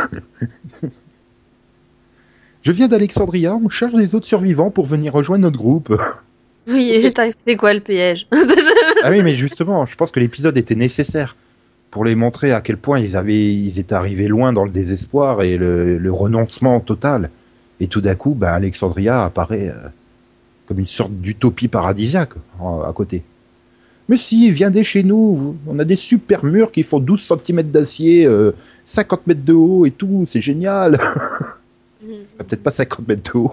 Je viens d'Alexandria. On cherche les autres survivants pour venir rejoindre notre groupe. Oui, Ok. c'est quoi le piège? Ah oui, mais justement, je pense que l'épisode était nécessaire pour les montrer à quel point ils étaient arrivés loin dans le désespoir et le renoncement total. Et tout d'un coup, bah, Alexandria apparaît comme une sorte d'utopie paradisiaque à côté. Mais si, viens dès chez nous, on a des super murs qui font 12 cm d'acier, 50 mètres de haut et tout, c'est génial. Peut-être pas 50 mètres de haut.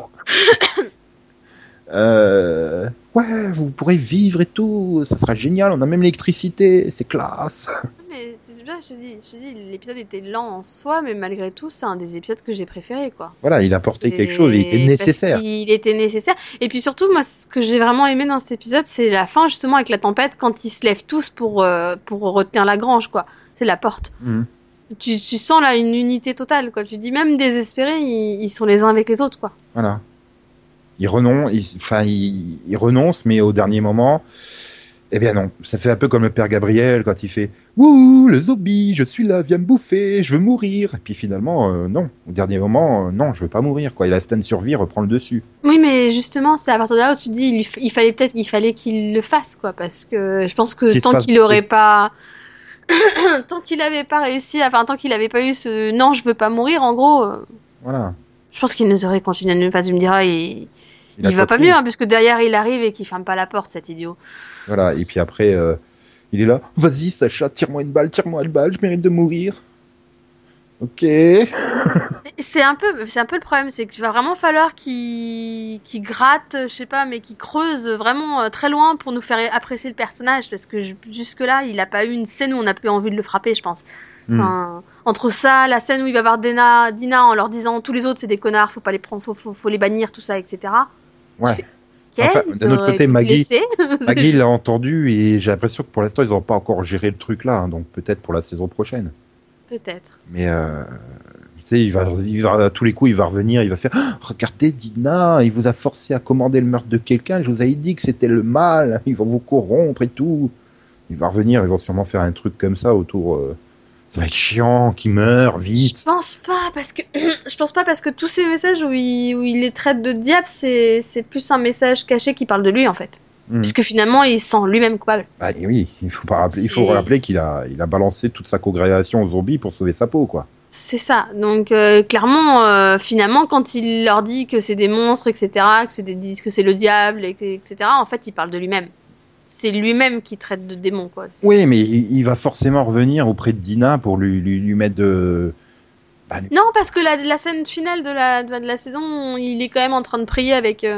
Ouais, vous pourrez vivre et tout, ça sera génial, on a même l'électricité, c'est classe. Mais c'est bien, je te dis, l'épisode était lent en soi, mais malgré tout, c'est un des épisodes que j'ai préféré, quoi. Voilà, il apportait quelque chose, il était nécessaire. Parce qu'il était nécessaire. Et puis surtout, moi, ce que j'ai vraiment aimé dans cet épisode, c'est la fin, justement, avec la tempête, quand ils se lèvent tous pour retenir la grange, quoi. C'est la porte. Mhm. Tu sens là une unité totale, quoi. Tu dis, même désespérés, ils sont les uns avec les autres, quoi. Voilà. Il renonce, mais au dernier moment, eh bien non. Ça fait un peu comme le père Gabriel quand il fait Wouh, le zombie, je suis là, viens me bouffer, je veux mourir. Et puis finalement, non. Au dernier moment, non, je veux pas mourir, quoi. Et la stand survie reprend le dessus. Oui, mais justement, c'est à partir de là où tu te dis, il fallait qu'il le fasse, quoi. Parce que je pense que Qu'il se tant fasse qu'il bouffer. aurait pas. Tant qu'il avait pas réussi, enfin, tant qu'il avait pas eu ce non, je veux pas mourir, en gros, Voilà. je pense qu'il nous aurait continué à ne pas. Tu me diras, Il a il va pas continué. mieux, hein, puisque derrière il arrive et qu'il ferme pas la porte, cet idiot. Voilà. Et puis après, il est là. Vas-y, Sacha, tire-moi une balle, je mérite de mourir. Ok. C'est un peu le problème, c'est qu'il va vraiment falloir qu'il gratte, je sais pas, mais qu'il creuse vraiment très loin pour nous faire apprécier le personnage, parce que jusque-là, il a pas eu une scène où on a plus envie de le frapper, je pense. Enfin, entre ça, la scène où il va voir Dina en leur disant tous les autres c'est des connards, faut pas les prendre, faut les bannir, tout ça, etc. Ouais. Enfin, Ils d'un autre auraient côté, pu le Maggie, laisser. Maggie l'a entendu et j'ai l'impression que pour l'instant, ils n'ont pas encore géré le truc là, hein, donc peut-être pour la saison prochaine. Peut-être. Mais tu sais, à tous les coups, il va revenir, il va faire Ah, regardez, Dina, il vous a forcé à commander le meurtre de quelqu'un, je vous avais dit que c'était le mal, ils vont vous corrompre et tout. Il va revenir, ils vont sûrement faire un truc comme ça autour. Ça va être chiant, qu'il meurt Je vite. pense pas parce que je pense pas parce que tous ces messages où il les traite de diable, c'est plus un message caché qui parle de lui en fait. Hmm. Puisque finalement, il se sent lui-même coupable. Bah et oui, il faut C'est rappeler il a balancé toute sa congrégation aux zombies pour sauver sa peau, quoi. c'est ça. Donc clairement, finalement, quand il leur dit que c'est des monstres, etc., que c'est le diable, etc., en fait, il parle de lui-même. C'est lui-même qui traite de démon, quoi. Oui, mais il va forcément revenir auprès de Dina pour lui mettre de. Bah, Non, parce que la scène finale de la saison, il est quand même en train de prier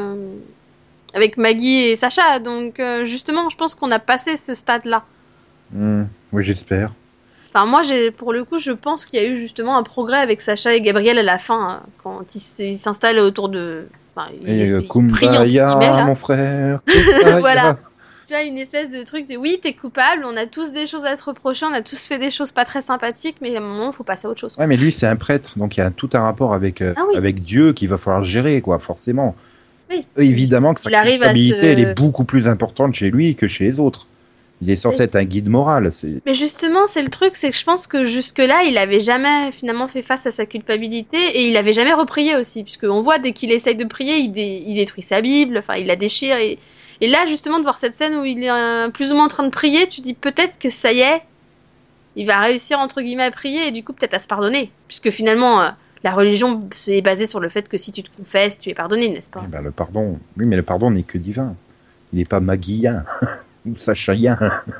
avec Maggie et Sacha. Donc justement, je pense qu'on a passé ce stade-là. oui, j'espère. Enfin, moi, pour le coup, je pense qu'il y a eu justement un progrès avec Sacha et Gabriel à la fin, hein, quand ils s'installent autour de. Enfin, Et ils prient entre guillemets, Kumbaya, là. mon frère. Kumbaya. Voilà. Tu vois, une espèce de truc de oui, t'es coupable, on a tous des choses à se reprocher, on a tous fait des choses pas très sympathiques, mais à un moment, faut passer à autre chose. Ouais, mais lui, c'est un prêtre, donc il y a tout un rapport Ah oui, avec Dieu qu'il va falloir gérer, quoi, forcément. oui. Évidemment que sa Il arrive à culpabilité, elle est se. beaucoup plus importante chez lui que chez les autres. Il est censé Oui. être un guide moral. Mais justement, c'est le truc, c'est que je pense que jusque-là, il avait jamais finalement fait face à sa culpabilité et il avait jamais reprié aussi, puisque on voit dès qu'il essaye de prier, il détruit sa Bible, enfin, il la déchire et là, justement, de voir cette scène où il est plus ou moins en train de prier, tu dis peut-être que ça y est, il va réussir entre guillemets à prier et du coup peut-être à se pardonner, puisque finalement, la religion est basée sur le fait que si tu te confesses, tu es pardonné, n'est-ce pas? Eh ben, le pardon, oui, mais le pardon n'est que divin. Il n'est pas maguien ou sachaïen.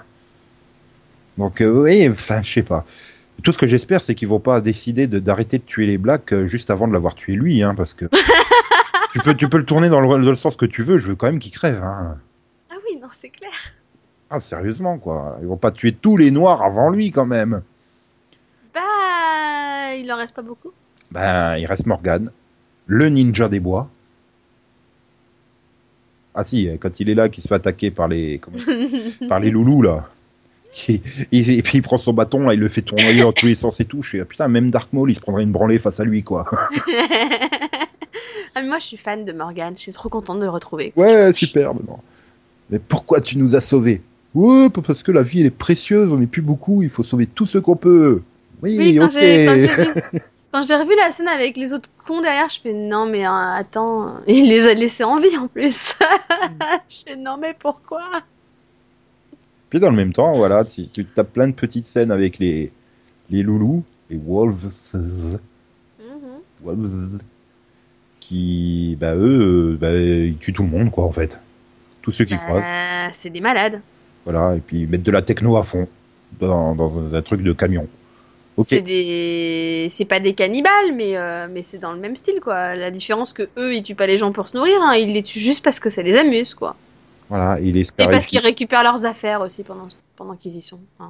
Donc oui, enfin, je sais pas. Tout ce que j'espère, c'est qu'ils vont pas décider d'arrêter de tuer les Blacks juste avant de l'avoir tué lui, hein, parce que tu peux le tourner dans le sens que tu veux. Je veux quand même qu'il crève, hein. Ah oui, non, c'est clair. Ah, sérieusement, quoi. Ils vont pas tuer tous les Noirs avant lui, quand même. Bah, il en reste pas beaucoup. Ben, il reste Morgan, le ninja des bois. Ah si, quand il est là, qui se fait attaquer par par les loulous, là. Et puis il prend son bâton, là, il le fait tournoyer dans tous les sens et tout. Je suis, ah, putain, même Dark Maul, il se prendrait une branlée face à lui, quoi. Ah, mais moi, je suis fan de Morgane. Je suis trop contente de le retrouver. Ouais, superbe, non. Mais pourquoi tu nous as sauvés? Ouais, parce que la vie, elle est précieuse, on n'est plus beaucoup, il faut sauver tous ceux qu'on peut. Oui, Oui, ok. quand j'ai revu la scène avec les autres cons derrière, je fais non, mais attends, il les a laissés en vie en plus. Je fais non, mais pourquoi? Puis dans le même temps, voilà, tu tapes plein de petites scènes avec les loulous, les wolves, Mhm. wolves, qui, bah eux, bah, ils tuent tout le monde, quoi, en fait. Tous ceux qui croisent. C'est des malades. Voilà, et puis ils mettent de la techno à fond dans un truc de camion. Ok. C'est pas des cannibales, mais c'est dans le même style, quoi. La différence que eux, ils tuent pas les gens pour se nourrir, hein. Ils les tuent juste parce que ça les amuse, quoi. Voilà, il est Et parce scarifié. qu'ils récupèrent leurs affaires aussi pendant qu'ils y sont, hein.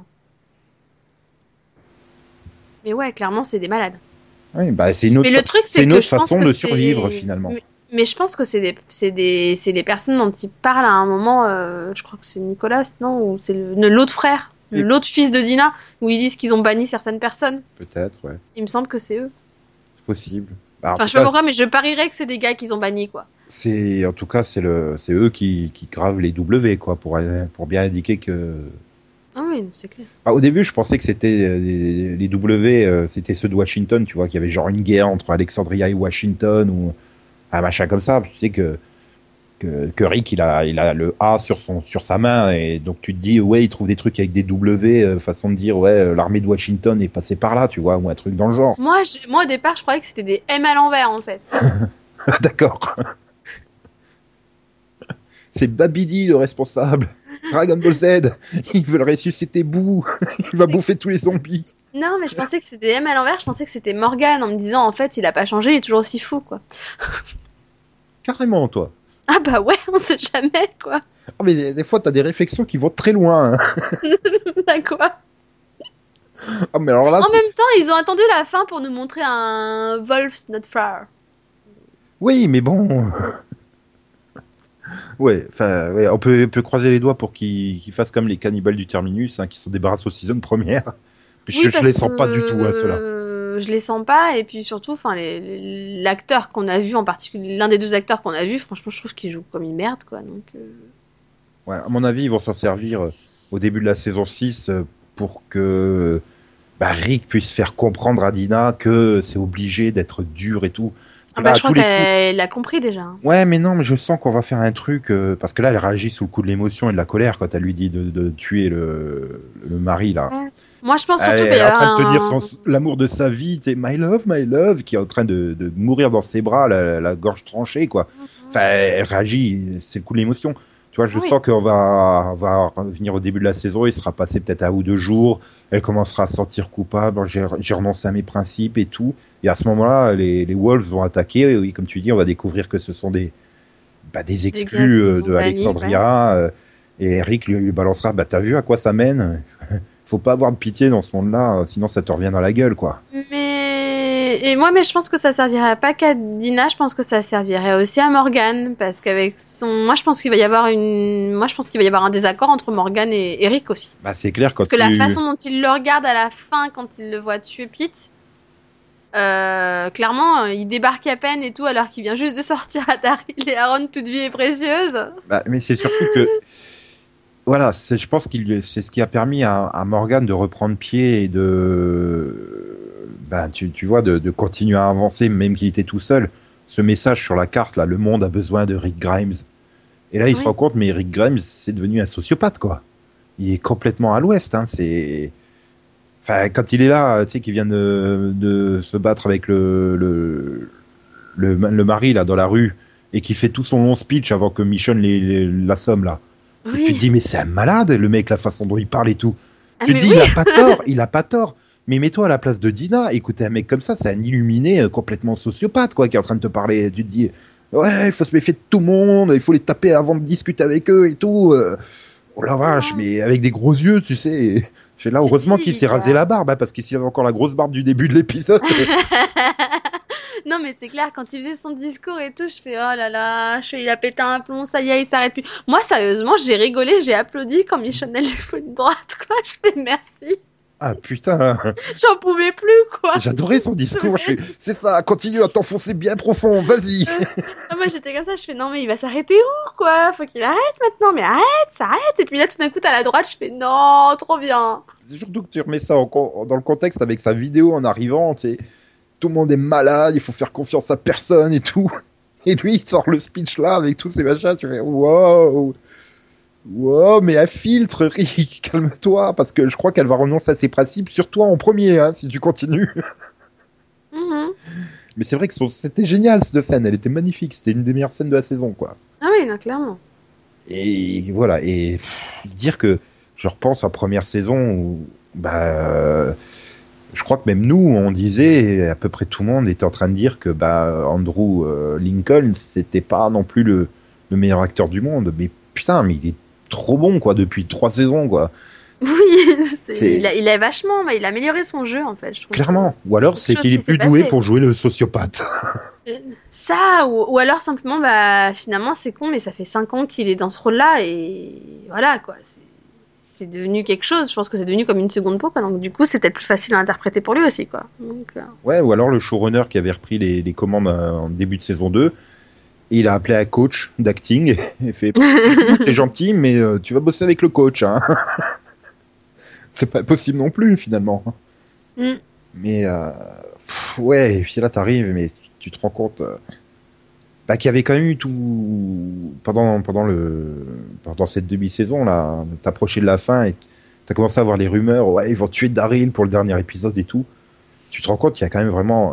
Mais ouais, clairement, c'est des malades. Oui, bah c'est une autre, Mais le truc, c'est c'est une que autre je pense façon que de c'est. survivre finalement. Mais je pense que c'est des personnes dont il parle à un moment. Je crois que c'est Nicolas, non? Ou c'est l'autre frère, Et- l'autre fils de Dina, où ils disent qu'ils ont banni certaines personnes. Peut-être, ouais, Il me semble que c'est eux. c'est possible. Bah, en Enfin, tout je sais pas cas, pourquoi, mais je parierais que c'est des gars qu'ils ont bannis, quoi. en tout cas, c'est eux qui gravent les W, quoi, pour bien indiquer que. Ah oui, c'est clair. Ah, au début, je pensais que c'était les W, c'était ceux de Washington, tu vois, qu'il y avait genre une guerre entre Alexandria et Washington ou un machin comme ça. Tu sais que Rick, il a le A sur sa main et donc tu te dis, ouais, il trouve des trucs avec des W, façon de dire, ouais, l'armée de Washington est passée par là, tu vois, ou un truc dans le genre. Moi, au départ, je croyais que c'était des M à l'envers, en fait. D'accord. C'est Babidi le responsable. Dragon Ball Z, ils veulent ressusciter Boo, il va bouffer tous les zombies. Non, mais je pensais que c'était des M à l'envers. Je pensais que c'était Morgan en me disant, en fait, il a pas changé, il est toujours aussi fou, quoi. Carrément, toi. Ah bah ouais, on sait jamais, quoi. Ah, mais des fois, t'as des réflexions qui vont très loin. Hein. D'accord. Ah, mais alors là, En même temps, ils ont attendu la fin pour nous montrer un Wolf's Not Far. oui, mais bon. Ouais, enfin, ouais, on peut croiser les doigts pour qu'ils fassent comme les cannibales du Terminus, hein, qui se débarrassent aux saisons première. Puis Oui, je parce les que sens pas du tout, ceux-là. je les sens pas, et puis surtout, enfin, l'acteur qu'on a vu, en particulier, l'un des deux acteurs qu'on a vu, franchement, je trouve qu'il joue comme une merde, quoi. Donc, Ouais, à mon avis, ils vont s'en servir au début de la saison 6 pour que Rick puisse faire comprendre à Dina que c'est obligé d'être dur et tout. Parce ah que bah, là, à je crois tous les coups, qu'elle l'a compris déjà, hein. ouais, mais non, mais je sens qu'on va faire un truc parce que là, elle réagit sous le coup de l'émotion et de la colère quand elle lui dit de tuer le mari là. Ouais. Moi, je pense surtout Elle qu'il va y est en avoir train de te dire un. l'amour de sa vie, tu sais, my love, qui est en train de mourir dans ses bras, la gorge tranchée, quoi. Enfin, elle réagit, c'est le coup de l'émotion. Tu vois, je Oui, sens qu'on va revenir au début de la saison, il sera passé peut-être 1 ou 2 jours, elle commencera à se sentir coupable, j'ai renoncé à mes principes et tout. Et à ce moment-là, les Wolves vont attaquer, et oui, comme tu dis, on va découvrir que ce sont des des gars exclus qu'ils ont de bannis, ouais. Alexandria, et Eric lui balancera, t'as vu à quoi ça mène? Faut pas avoir de pitié dans ce monde-là, sinon ça te revient dans la gueule, quoi. Mais je pense que ça servirait pas qu'à Dina, je pense que ça servirait aussi à Morgan, parce qu'avec moi, je pense qu'il va y avoir un désaccord entre Morgan et Eric aussi. Bah, c'est clair Parce quand que la tu... façon dont il le regarde à la fin, quand il le voit tuer Pete, clairement, il débarque à peine et tout, alors qu'il vient juste de sortir à Daryl et Aaron, toute vie est précieuse. Bah, mais c'est surtout que, voilà, je pense c'est ce qui a permis à Morgan de reprendre pied et tu vois, de continuer à avancer, même qu'il était tout seul. Ce message sur la carte, là, le monde a besoin de Rick Grimes. Et là, il se Oui. rend compte, mais Rick Grimes, c'est devenu un sociopathe, quoi. Il est complètement à l'ouest, hein, Enfin, quand il est là, tu sais, qu'il vient de se battre avec le mari, là, dans la rue, et qui fait tout son long speech avant que Michonne l'assomme, là. Et tu te Oui. dis, mais c'est un malade, le mec, la façon dont il parle et tout. Ah, Tu te mais dis, oui. il a pas tort. Mais mets-toi à la place de Dina, écoutez, un mec comme ça, c'est un illuminé complètement sociopathe, quoi, qui est en train de te parler. Tu te dis, ouais, il faut se méfier de tout le monde, il faut les taper avant de discuter avec eux et tout. Oh la vache, Non. mais avec des gros yeux, tu sais. Là, Tu te heureusement dis, qu'il s'est il rasé a- la barbe, hein, parce que s'il avait encore la grosse barbe du début de l'épisode. Non, mais c'est clair, quand il faisait son discours et tout, je fais oh là là, il a pété un plomb, ça y est, il s'arrête plus. Moi, sérieusement, j'ai rigolé, j'ai applaudi quand Michonnelle lui faut une droite, quoi. Je fais merci. Ah putain, J'en pouvais plus, quoi. j'adorais son discours. C'est ça, continue à t'enfoncer bien profond, vas-y. Moi, j'étais comme ça, je fais non, mais il va s'arrêter où, quoi? Faut qu'il arrête maintenant, mais arrête, ça arrête. Et puis là, tout d'un coup, t'as la droite, je fais non, trop bien. C'est surtout que tu remets ça dans le contexte avec sa vidéo en arrivant, tu sais. Tout le monde est malade, il faut faire confiance à personne et tout. Et lui, il sort le speech là avec tous ces machins, tu fais wow, wow, mais un filtre, Rick, calme-toi, parce que je crois qu'elle va renoncer à ses principes, sur toi en premier, hein, si tu continues. Mhm. Mais c'est vrai que c'était génial cette scène, elle était magnifique, c'était une des meilleures scènes de la saison, quoi. Ah oui, non, clairement. Et voilà, et dire que je repense à première saison où, je crois que même nous, on disait, à peu près tout le monde était en train de dire que Andrew Lincoln, c'était pas non plus le meilleur acteur du monde. Mais putain, mais il est trop bon, quoi, depuis 3 saisons, quoi. Oui, C'est il a vachement, il a amélioré son jeu, en fait, je trouve. clairement. Ou alors, Quelque c'est chose qu'il est qui plus s'est doué passé, pour quoi. jouer le sociopathe. Ça, ou alors simplement, finalement, c'est con, mais ça fait 5 ans qu'il est dans ce rôle-là, et voilà, quoi. C'est devenu quelque chose, je pense que c'est devenu comme une seconde peau, quoi. Donc du coup, c'est peut-être plus facile à interpréter pour lui aussi, quoi. Donc, Ouais, ou alors le showrunner qui avait repris les commandes en début de saison 2, il a appelé un coach d'acting et fait t'es gentil, mais tu vas bosser avec le coach, hein. C'est pas possible non plus, finalement. mm. Mais ouais, et puis là t'arrives, mais tu te rends compte qu'il y avait quand même eu tout pendant cette demi-saison là, t'approchais de la fin et t'as commencé à voir les rumeurs, ouais ils vont tuer Daryl pour le dernier épisode et tout. Tu te rends compte qu'il y a quand même vraiment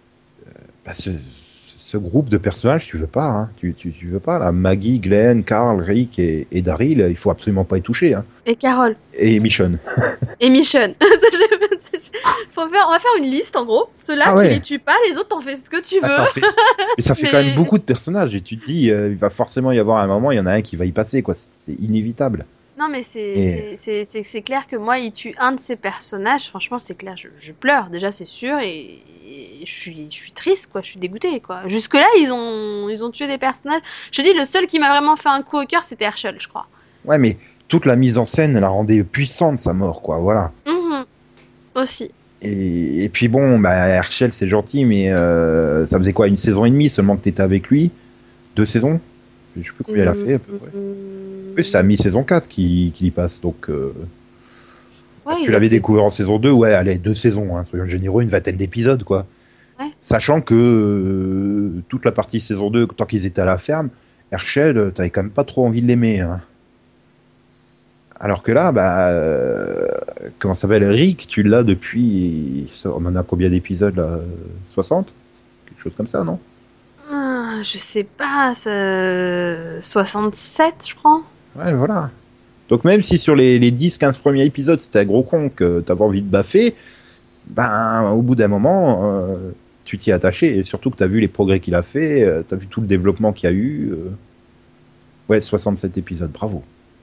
ce groupe de personnages, tu veux pas, hein. Tu veux pas là, Maggie, Glenn, Carl, Rick et Daryl, il faut absolument pas y toucher, hein. Et Carole. Et Michonne. Et Michonne. On va faire une liste, en gros. Ceux-là, Ah tu ouais. les tues pas, les autres, t'en fais ce que tu veux. Mais ça fait quand même beaucoup de personnages et tu te dis il va forcément y avoir un moment, il y en a un qui va y passer, quoi. C'est inévitable. Non, mais Et c'est clair que moi, il tue un de ces personnages. Franchement, c'est clair, je pleure. Déjà, c'est sûr. Et je suis triste, quoi. Je suis dégoûtée, quoi. Jusque-là, ils ont tué des personnages. Je te dis, le seul qui m'a vraiment fait un coup au cœur, c'était Herschel, je crois. ouais, mais toute la mise en scène la rendait puissante sa mort, quoi. Voilà. Mhm. Aussi. Et puis bon, bah Herschel c'est gentil, mais ça faisait quoi, une saison et demie seulement que t'étais avec lui, 2 saisons, je sais plus combien elle a fait à peu près. En plus, c'est à mi-saison 4 qu'il y passe, donc Ouais, tu il a l'avais fait. découvert en saison 2, ouais, allez, 2 saisons, hein, soyons généreux, une vingtaine d'épisodes, quoi. Ouais. Sachant que toute la partie saison 2, tant qu'ils étaient à la ferme, Herschel, t'avais quand même pas trop envie de l'aimer, hein. Alors que là, bah, comment ça s'appelle, Rick, tu l'as depuis, on en a combien d'épisodes là, 60? Quelque chose comme ça, non? Je sais pas, 67, je crois. Ouais, voilà. Donc même si sur les 10-15 premiers épisodes, c'était un gros con que t'avais envie de baffer, ben, au bout d'un moment, tu t'y es attaché, et surtout que t'as vu les progrès qu'il a fait, t'as vu tout le développement qu'il y a eu. Ouais, 67 épisodes, bravo.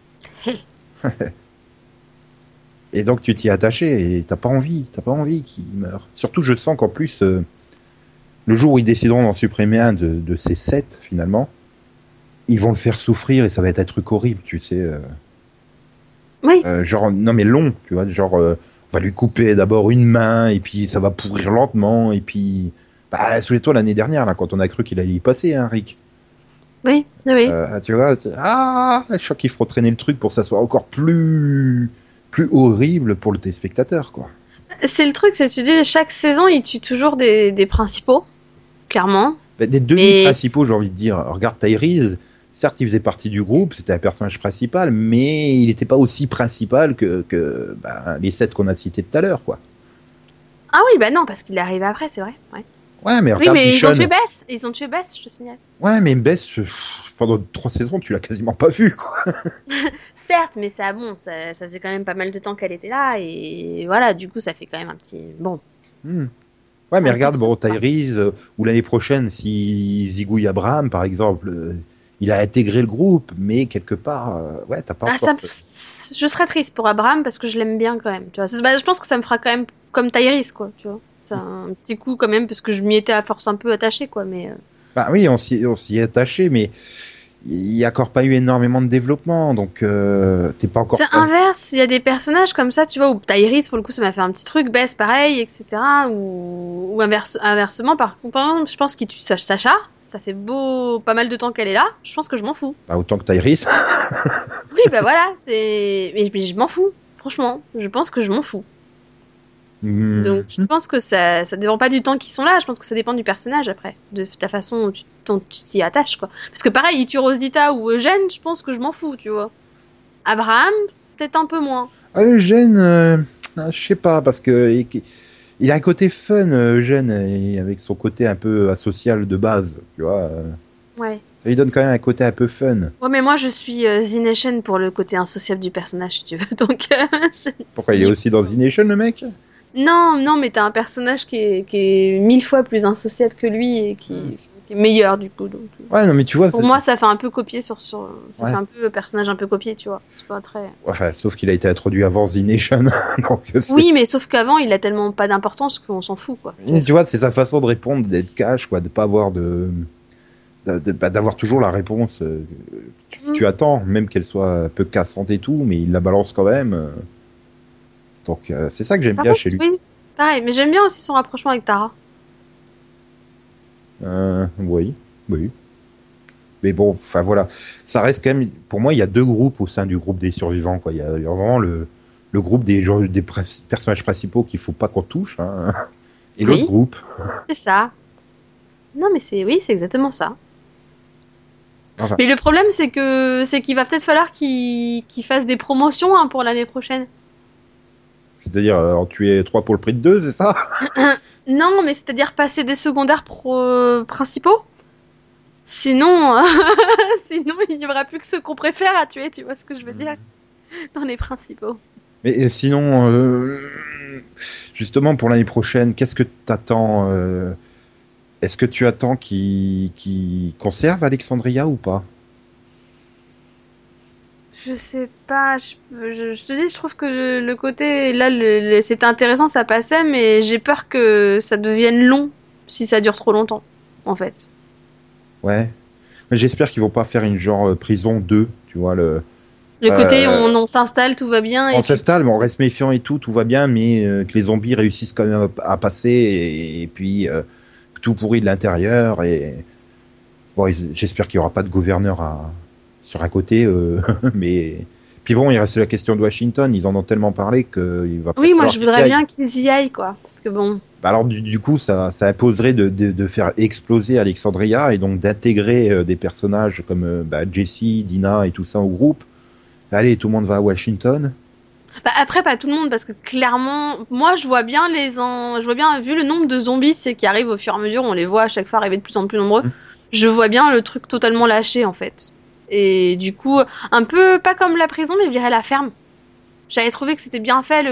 Et donc tu t'y es attaché, et t'as pas envie qu'il meure. Surtout, je sens qu'en plus, le jour où ils décideront d'en supprimer un de ces 7, finalement, ils vont le faire souffrir, et ça va être un truc horrible, tu sais. Oui. Genre, non mais long, tu vois, genre, on va lui couper d'abord une main, et puis ça va pourrir lentement, et puis, bah, souviens-toi l'année dernière, là, quand on a cru qu'il allait y passer, hein, Rick. Oui, oui. Tu vois, je crois qu'il faut traîner le truc pour que ça soit encore plus horrible pour le téléspectateur, quoi. C'est le truc, c'est que tu dis, chaque saison, ils tuent toujours des principaux, clairement. Bah, des Mais demi-principaux, j'ai envie de dire. Regarde Tyrese, certes, il faisait partie du groupe, c'était un personnage principal, mais il n'était pas aussi principal que bah, les 7 qu'on a cités tout à l'heure, quoi. ah oui, bah non, parce qu'il est arrivé après, c'est vrai. Ouais. Ouais, mais Oui, regarde mais ils ont tué Dishon. Bess. Ils ont tué Bess, je te signale. Ouais, mais Bess, pendant 3 saisons, tu l'as quasiment pas vu, quoi. Certes, mais ça, bon, ça faisait quand même pas mal de temps qu'elle était là, et voilà, du coup, ça fait quand même un petit, bon, Hmm. Ouais, mais un petit regarde, truc, bon, quoi. Tyrese, ou l'année prochaine, si Zigouille Abraham, par exemple, il a intégré le groupe, mais quelque part, ouais, t'as pas Ah, encore. je serais triste pour Abraham parce que je l'aime bien quand même, tu vois. Bah, je pense que ça me fera quand même comme Tyrese, quoi, tu vois. C'est un petit coup quand même parce que je m'y étais à force un peu attachée, quoi, mais. Bah oui, on s'y est attaché, mais il y a encore pas eu énormément de développement, donc t'es pas encore C'est prêt. inverse, il y a des personnages comme ça, tu vois, où Tyrese, pour le coup, ça m'a fait un petit truc, Bess, pareil, etc. Ou inversement, par exemple, je pense qu'il tue Sacha, ça fait pas mal de temps qu'elle est là, je pense que je m'en fous. Pas autant que Tyrese. Oui, bah voilà, mais je m'en fous, franchement, je pense que je m'en fous. Donc, je Mhm. pense que ça dépend pas du temps qu'ils sont là, je pense que ça dépend du personnage après, de ta façon dont tu t'y attaches, quoi. Parce que pareil, il tue Rosita ou Eugène, je pense que je m'en fous, tu vois. Abraham, peut-être un peu moins. Eugène, je sais pas, parce que il a un côté fun, Eugène, et avec son côté un peu asocial de base, tu vois. Ouais. Ça lui donne quand même un côté un peu fun. Ouais, mais moi je suis Zination pour le côté insociable du personnage, si tu veux. Donc, Pourquoi il est du aussi dans The Nation, le mec? non, non, mais t'as un personnage qui est 1000 fois plus insociable que lui et Hmm. qui est meilleur du coup. Donc, Ouais, non, mais tu vois, pour moi, ça fait un peu copier ça fait ouais. un peu personnage un peu copié, tu vois. C'est pas très. Enfin, sauf qu'il a été introduit avant The Nation, donc c'est. Oui, mais sauf qu'avant, il a tellement pas d'importance qu'on s'en fout, quoi. Tu vois, c'est sa façon de répondre, d'être cash, quoi, de pas avoir d'avoir toujours la réponse que tu Mhm. attends, même qu'elle soit un peu cassante et tout, mais il la balance quand même. Donc c'est ça que j'aime Par bien contre, chez lui. oui, pareil. Mais j'aime bien aussi son rapprochement avec Tara. Oui, oui. Mais bon, enfin voilà, ça reste quand même. Pour moi, il y a 2 groupes au sein du groupe des survivants, quoi. Il y a vraiment le groupe des personnages principaux qu'il faut pas qu'on touche, hein, et l'autre Oui, groupe. c'est ça. Non, mais oui, c'est exactement ça. Enfin, Mais le problème, c'est qu'il va peut-être falloir qu'il fasse des promotions hein, pour l'année prochaine. c'est-à-dire en tuer 3 pour le prix de 2, c'est ça? Non, mais c'est-à-dire passer des secondaires principaux. Sinon, sinon, il n'y aura plus que ceux qu'on préfère à tuer, tu vois ce que je veux dire, dans les principaux. Mais sinon, justement pour l'année prochaine, qu'est-ce que t'attends Est-ce que tu attends qu'il conserve Alexandria ou pas? Je sais pas, je te dis, je trouve que le côté, là, c'était intéressant, ça passait, mais j'ai peur que ça devienne long si ça dure trop longtemps, en fait. Ouais. Mais j'espère qu'ils vont pas faire une genre prison 2, tu vois, Le côté, euh, on s'installe, tout va bien, on et puis, s'installe, mais on reste méfiant et tout va bien, mais que les zombies réussissent quand même à passer, et puis que tout pourri de l'intérieur, et bon, j'espère qu'il y aura pas de gouverneur sur un côté, mais puis bon, il reste la question de Washington, ils en ont tellement parlé qu'il va oui, peut-être moi, falloir je qu'ils y voudrais aillent. bien qu'ils y aillent, quoi. Parce que bon, Bah alors du coup, ça imposerait de faire exploser Alexandria et donc d'intégrer des personnages comme Jesse, Dina et tout ça au groupe. Allez, tout le monde va à Washington. bah, après, pas tout le monde, parce que clairement, moi, je vois bien je vois bien, vu le nombre de zombies qui arrivent au fur et à mesure, on les voit à chaque fois arriver de plus en plus nombreux, je vois bien le truc totalement lâché, en fait. Et du coup, un peu, pas comme la prison, mais je dirais la ferme. J'avais trouvé que c'était bien fait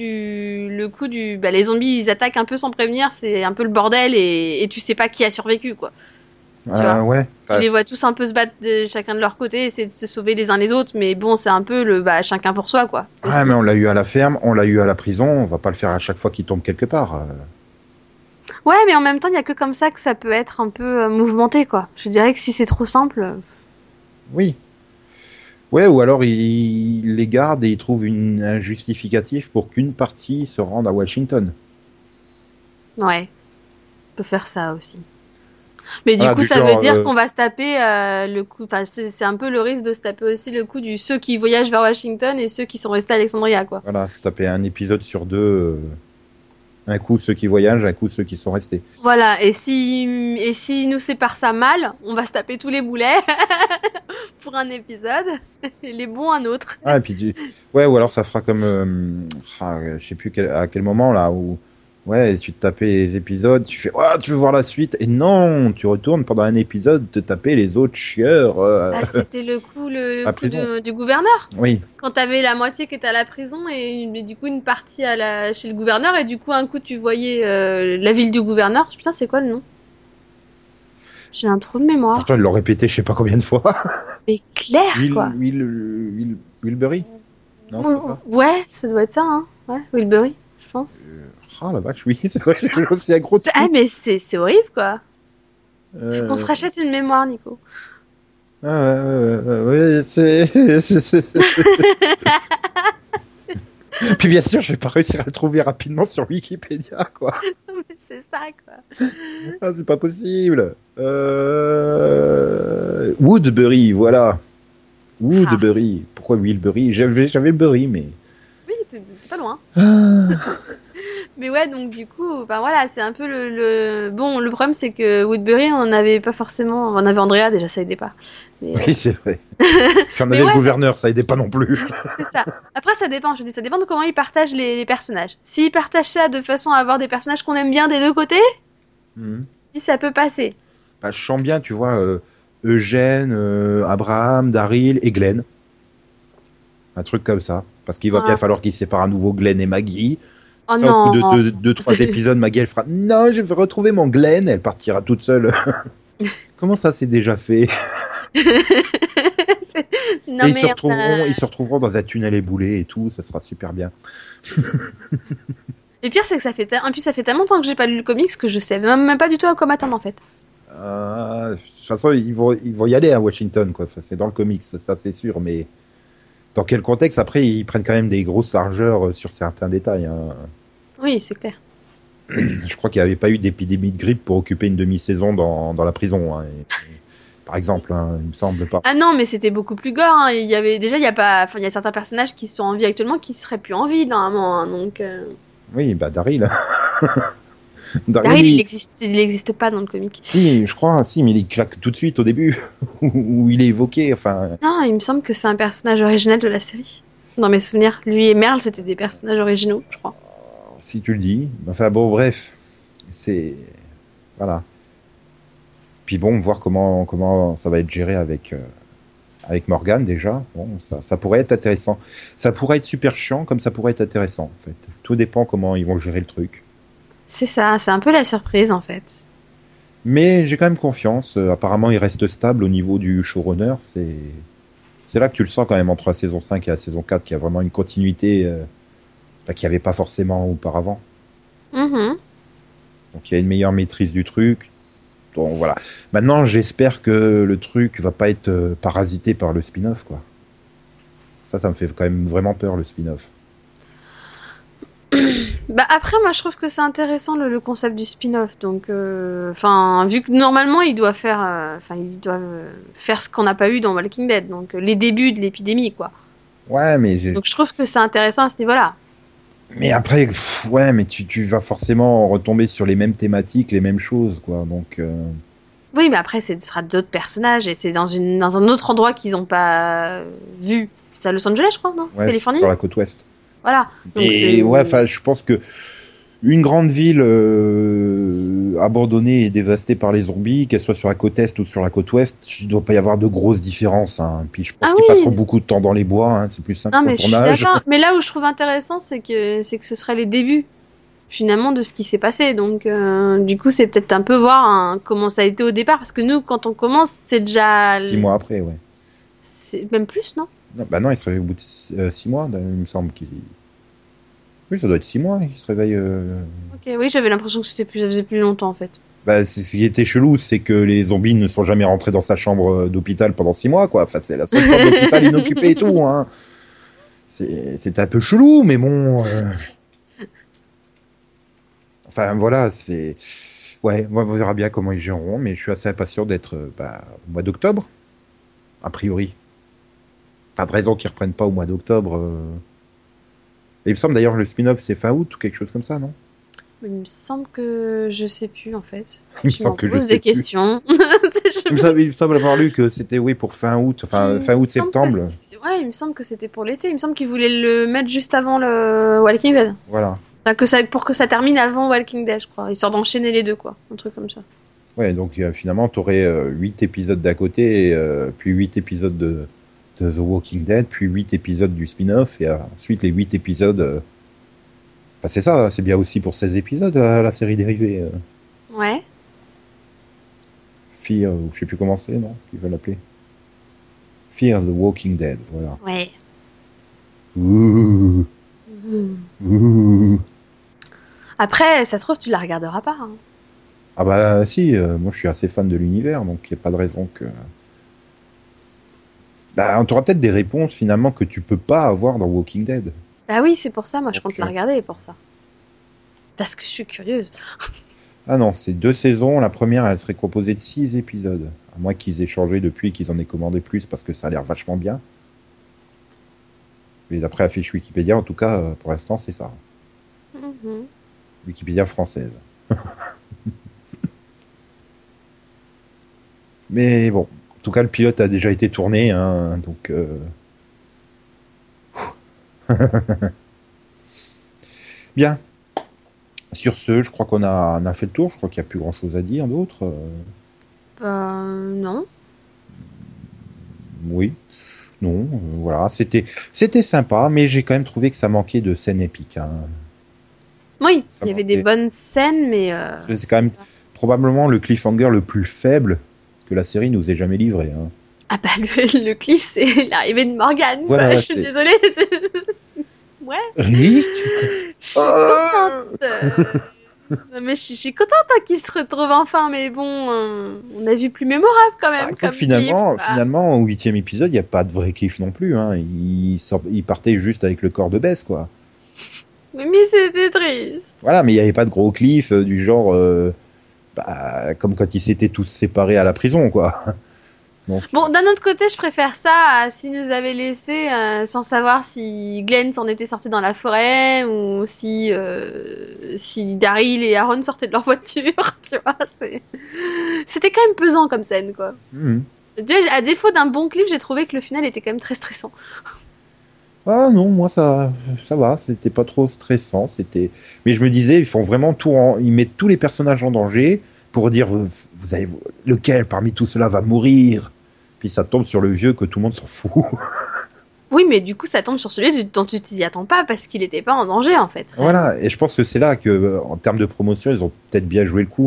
bah, les zombies, ils attaquent un peu sans prévenir, c'est un peu le bordel et tu sais pas qui a survécu, quoi. Tu vois. Ouais. Tu les vois tous un peu se battre chacun de leur côté, essayer de se sauver les uns les autres, mais bon, c'est un peu bah, chacun pour soi, quoi. Ah, mais Aussi. on l'a eu à la ferme, on l'a eu à la prison, on va pas le faire à chaque fois qu'il tombe quelque part. Ouais, mais en même temps, il y a que comme ça que ça peut être un peu mouvementé, quoi. Je dirais que si c'est trop simple, Oui. Ouais, ou alors il les garde et il trouve un justificatif pour qu'une partie se rende à Washington. ouais, on peut faire ça aussi. Mais du Voilà, coup, du ça veut genre, dire qu'on va se taper le coup. Enfin, c'est un peu le risque de se taper aussi le coup du ceux qui voyagent vers Washington et ceux qui sont restés à Alexandria, quoi. voilà, se taper un épisode sur deux, un coup ceux qui voyagent, un coup ceux qui sont restés. Voilà. Et si nous sépare ça mal, on va se taper tous les boulets pour un épisode et les bons un autre. Ah, et puis ouais, ou alors ça fera comme, je sais plus à quel moment là où, ouais, tu te tapais les épisodes, tu fais, ah, tu veux voir la suite, et non, tu retournes pendant un épisode te taper les autres chieurs Bah, c'était le à coup prison. du gouverneur. Oui, Quand t'avais la moitié qui était à la prison et du coup une partie chez le gouverneur et du coup un coup tu voyais la ville du gouverneur. Putain, c'est quoi le nom? J'ai un trou de mémoire. pourtant ils l'ont répété je sais pas combien de fois. Mais clair, quoi. Wilbury, non, c'est pas ça. Ouais, ça doit être ça, hein. Ouais, Wilbury, je pense. Ah la vache, oui, c'est vrai, j'ai aussi un gros Ah, trou. mais c'est horrible, quoi. Faut qu'on se Euh, rachète une mémoire, Nico. ouais, Puis bien sûr, je vais pas réussir à le trouver rapidement sur Wikipédia, quoi. Mais c'est ça, quoi. Ah, c'est pas possible. Woodbury, voilà. Ah, Woodbury. Pourquoi Wilbury? J'avais le Bury, mais. oui, t'es pas loin. Ah, Mais ouais, donc du coup, enfin voilà, c'est un peu Bon, le problème, c'est que Woodbury, on n'avait pas forcément... On avait Andrea, déjà, ça aidait pas. Mais, oui, c'est vrai. Puis on mais avait le ouais, gouverneur, ça aidait pas non plus. c'est ça. Après, ça dépend, je dis, ça dépend de comment ils partagent les personnages. S'ils partagent ça de façon à avoir des personnages qu'on aime bien des deux côtés, Mhm. si ça peut passer. Bah, je sens bien, tu vois, Eugène, Abraham, Daryl et Glenn. Un truc comme ça. Parce qu'il va bien Ah. falloir qu'ils séparent à nouveau Glenn et Maggie. Oh Ça, au coup de non. deux, trois épisodes, Maggie, elle fera non, je vais retrouver mon Glenn. Elle partira toute seule. Comment ça, c'est déjà fait? Non Et mais ils se retrouveront dans un tunnel éboulé et tout. Ça sera super bien. le pire c'est que en plus ça fait tellement longtemps que j'ai pas lu le comics que je sais même pas du tout à quoi m'attendre en fait. De toute façon, ils vont y aller à Washington, quoi. Ça, c'est dans le comics, ça c'est sûr. Mais dans quel contexte? Après, ils prennent quand même des grosses largeurs sur certains détails. Hein. Oui, c'est clair. Je crois qu'il n'y avait pas eu d'épidémie de grippe pour occuper une demi-saison dans la prison. Hein. Par exemple, hein, il me semble pas. Ah non, mais c'était beaucoup plus gore. Hein. Il y avait déjà, il y a pas, enfin, il y a certains personnages qui sont en vie actuellement qui seraient plus en vie normalement. Hein, donc, Oui, bah Daryl. Daryl, Daryl, il existe pas dans le comic. si, je crois, si, mais il claque tout de suite au début, où il est évoqué, enfin, Non, il me semble que c'est un personnage original de la série. Dans mes souvenirs, lui et Merle, c'était des personnages originaux, je crois. si tu le dis. Enfin bon, bref, c'est... Voilà. Puis bon, voir comment ça va être géré avec Morgan déjà. Bon, ça pourrait être intéressant. Ça pourrait être super chiant, comme ça pourrait être intéressant, en fait. Tout dépend comment ils vont gérer le truc. C'est ça, c'est un peu la surprise en fait. Mais j'ai quand même confiance. Apparemment, il reste stable au niveau du showrunner. C'est C'est là que tu le sens quand même entre la saison 5 et la saison 4 qu'il y a vraiment une continuité qu'il n'y avait pas forcément auparavant. Mhm. Donc il y a une meilleure maîtrise du truc. Donc voilà. Maintenant, j'espère que le truc va pas être parasité par le spin-off, quoi. Ça me fait quand même vraiment peur, le spin-off. Bah après, moi, je trouve que c'est intéressant le concept du spin-off. Donc, enfin, vu que normalement, ils doivent faire, faire ce qu'on n'a pas eu dans Walking Dead. Donc, les débuts de l'épidémie, quoi. Ouais, Donc, je trouve que c'est intéressant à ce niveau-là. mais après, ouais, mais tu vas forcément retomber sur les mêmes thématiques, les mêmes choses, quoi. Donc, Oui, mais après, ce sera d'autres personnages et c'est dans un autre endroit qu'ils n'ont pas vu. C'est à Los Angeles, je crois, non? ouais, Californie? sur la côte ouest. Voilà. Donc, Et ouais, enfin, je pense que une grande ville abandonnée et dévastée par les zombies, qu'elle soit sur la côte est ou sur la côte ouest, il ne doit pas y avoir de grosses différences. Hein. Puis je pense qu'ils passeront beaucoup de temps dans les bois, hein. C'est plus simple Non, pour mais le je suis tournage. d'accord. Mais là où je trouve intéressant, c'est que ce serait les débuts, finalement, de ce qui s'est passé. Donc, du coup, c'est peut-être un peu voir comment ça a été au départ. Parce que nous, quand on commence, c'est déjà... 6 mois après, ouais. C'est même plus, non? Non, bah non, il se réveille au bout de 6 mois, il me semble qu'il... Oui, ça doit être 6 mois qu'il se réveille... Ok, oui, j'avais l'impression que ça faisait plus longtemps, en fait. Bah, ce qui était chelou, c'est que les zombies ne sont jamais rentrés dans sa chambre d'hôpital pendant 6 mois, quoi. Enfin, c'est la seule chambre d'hôpital inoccupée et tout, hein. C'était un peu chelou, mais bon... Enfin, voilà, c'est... Ouais, on verra bien comment ils géreront, mais je suis assez impatient d'être au mois d'octobre, a priori. Pas de raison qu'ils reprennent pas au mois d'octobre. Et il me semble d'ailleurs le spin-off c'est fin août ou quelque chose comme ça, non? Il me semble que je sais plus, en fait. Il me semble que je pose sais des plus. questions. Il me semble avoir lu que c'était oui pour fin août, enfin fin août septembre. Ouais, il me semble que c'était pour l'été. Il me semble qu'ils voulaient le mettre juste avant le Walking Dead. Voilà. Enfin, pour que ça termine avant Walking Dead, je crois. Histoire d'enchaîner les deux, quoi. Un truc comme ça. Ouais, donc finalement t'aurais 8 épisodes d'à côté, puis 8 épisodes de The Walking Dead, puis 8 épisodes du spin-off, et ensuite les 8 épisodes... Bah, c'est ça, c'est bien aussi pour 16 épisodes la série dérivée. Ouais. Fear, ou je sais plus comment c'est, non? Ils veulent l'appeler. Fear the Walking Dead, voilà. Ouais. Ouh. Ouh. Après, ça se trouve, tu la regarderas pas. Hein. Ah bah si, moi je suis assez fan de l'univers, donc il n'y a pas de raison que... Bah on aura peut-être des réponses finalement que tu peux pas avoir dans Walking Dead. Bah oui, c'est pour ça, moi je compte Ok. la regarder pour ça. Parce que je suis curieuse. Ah non, c'est 2 saisons, la première elle serait composée de 6 épisodes. À moins qu'ils aient changé depuis, qu'ils en aient commandé plus parce que ça a l'air vachement bien. Mais d'après la fiche Wikipédia, en tout cas, pour l'instant c'est ça. Mhm. Wikipédia française. Mais bon, en tout cas le pilote a déjà été tourné, hein, donc... Bien. Sur ce, je crois on a fait le tour. Je crois qu'il n'y a plus grand chose à dire d'autre. Non. Oui. Non, voilà. C'était sympa, mais j'ai quand même trouvé que ça manquait de scènes épiques. Hein. Oui, Ça il y avait manquait. des bonnes scènes, mais. C'est quand même probablement le cliffhanger le plus faible que la série nous ait jamais livré. Hein. Ah bah le cliff, c'est l'arrivée de Morgane. Voilà, je suis désolée. Ouais. Rick. Je suis contente. Non, mais je suis contente hein, qu'il se retrouve enfin, mais bon, on a vu plus mémorable quand même. Comme Finalement, cliff. finalement, au 8e épisode, il n'y a pas de vrai cliff non plus. Hein. Il partait juste avec le corps de Bess, quoi. Mais c'était triste. Voilà, mais il n'y avait pas de gros cliff du genre, comme quand ils s'étaient tous séparés à la prison, quoi. Donc, Bon, d'un autre côté, je préfère ça à s'ils nous avaient laissé sans savoir si Glenn s'en était sorti dans la forêt ou si Daryl et Aaron sortaient de leur voiture, tu vois. C'était quand même pesant comme scène, quoi. mhm. Tu vois, à défaut d'un bon clip, j'ai trouvé que le final était quand même très stressant. Ah non, moi ça va, c'était pas trop stressant, mais je me disais, ils font vraiment ils mettent tous les personnages en danger pour dire, vous avez, lequel parmi tout cela va mourir? Puis ça tombe sur le vieux que tout le monde s'en fout. Oui, mais du coup, ça tombe sur celui dont tu t'y attends pas parce qu'il était pas en danger, en fait. Voilà, et je pense que c'est là que, en termes de promotion, ils ont peut-être bien joué le coup.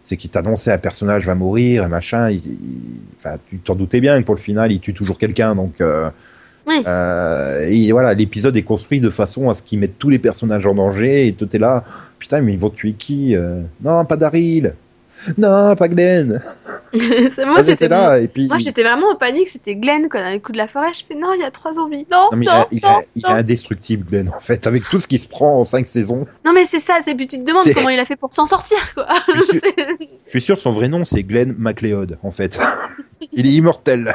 c'est qu'il t'annonçait un personnage va mourir et machin. Enfin, tu t'en doutais bien que pour le final, il tue toujours quelqu'un. Donc, Oui. et voilà, l'épisode est construit de façon à ce qu'ils mettent tous les personnages en danger. Et toi, t'es là, putain, mais ils vont tuer qui Non, pas Daryl. Non, pas Glenn. Moi, C'était là. Et puis, moi, j'étais vraiment en panique. C'était Glenn, quoi, dans les coups de la forêt. Je fais non, il y a 3 zombies. Non, non, mais non, il non, est non. indestructible, Glenn, en fait, avec tout ce qui se prend en 5 saisons. Non, mais c'est ça. Puis tu te demandes C'est- comment il a fait pour s'en sortir, quoi. Je suis sûr- C'est- Je suis sûr, son vrai nom, c'est Glenn MacLeod, en fait. Il est immortel.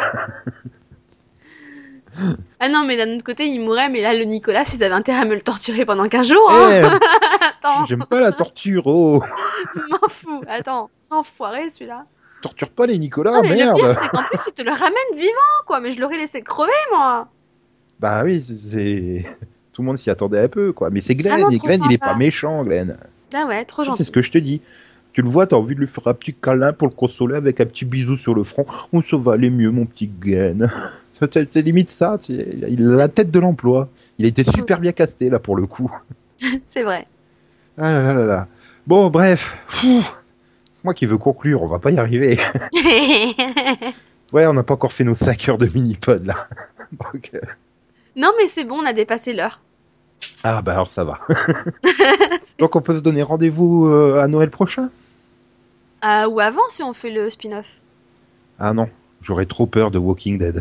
Ah non, mais d'un autre côté, il mourrait. Mais là, le Nicolas, ils avaient intérêt à me le torturer pendant 15 jours. Hein. Eh, Attends, j'aime pas la torture, oh. m'en fous. Attends, enfoiré celui-là. Torture pas les Non, Nicolas, mais le merde. pire, c'est qu'en plus, il te le ramène vivant, quoi. Mais je l'aurais laissé crever, moi. Bah oui, c'est... Tout le monde s'y attendait un peu, quoi. Mais c'est Glenn, Vraiment et trop Glenn, il est sympa. pas méchant, Glenn. Ah ouais, trop Ça, gentil. c'est ce que je te dis. Tu le vois, t'as envie de lui faire un petit câlin pour le consoler avec un petit bisou sur le front. Oh, ça va aller mieux, mon petit Glenn. C'est limite ça, il a la tête de l'emploi. Il a été super bien casté, là, pour le coup. C'est vrai. Ah là là là là. Bon, bref. Moi qui veux conclure, on va pas y arriver. Ouais, on n'a pas encore fait nos 5 heures de mini-pod, là. Donc, Non, mais c'est bon, on a dépassé l'heure. ah bah alors ça va. Donc on peut se donner rendez-vous à Noël prochain? Ou avant, si on fait le spin-off. Ah non, j'aurais trop peur de Walking Dead.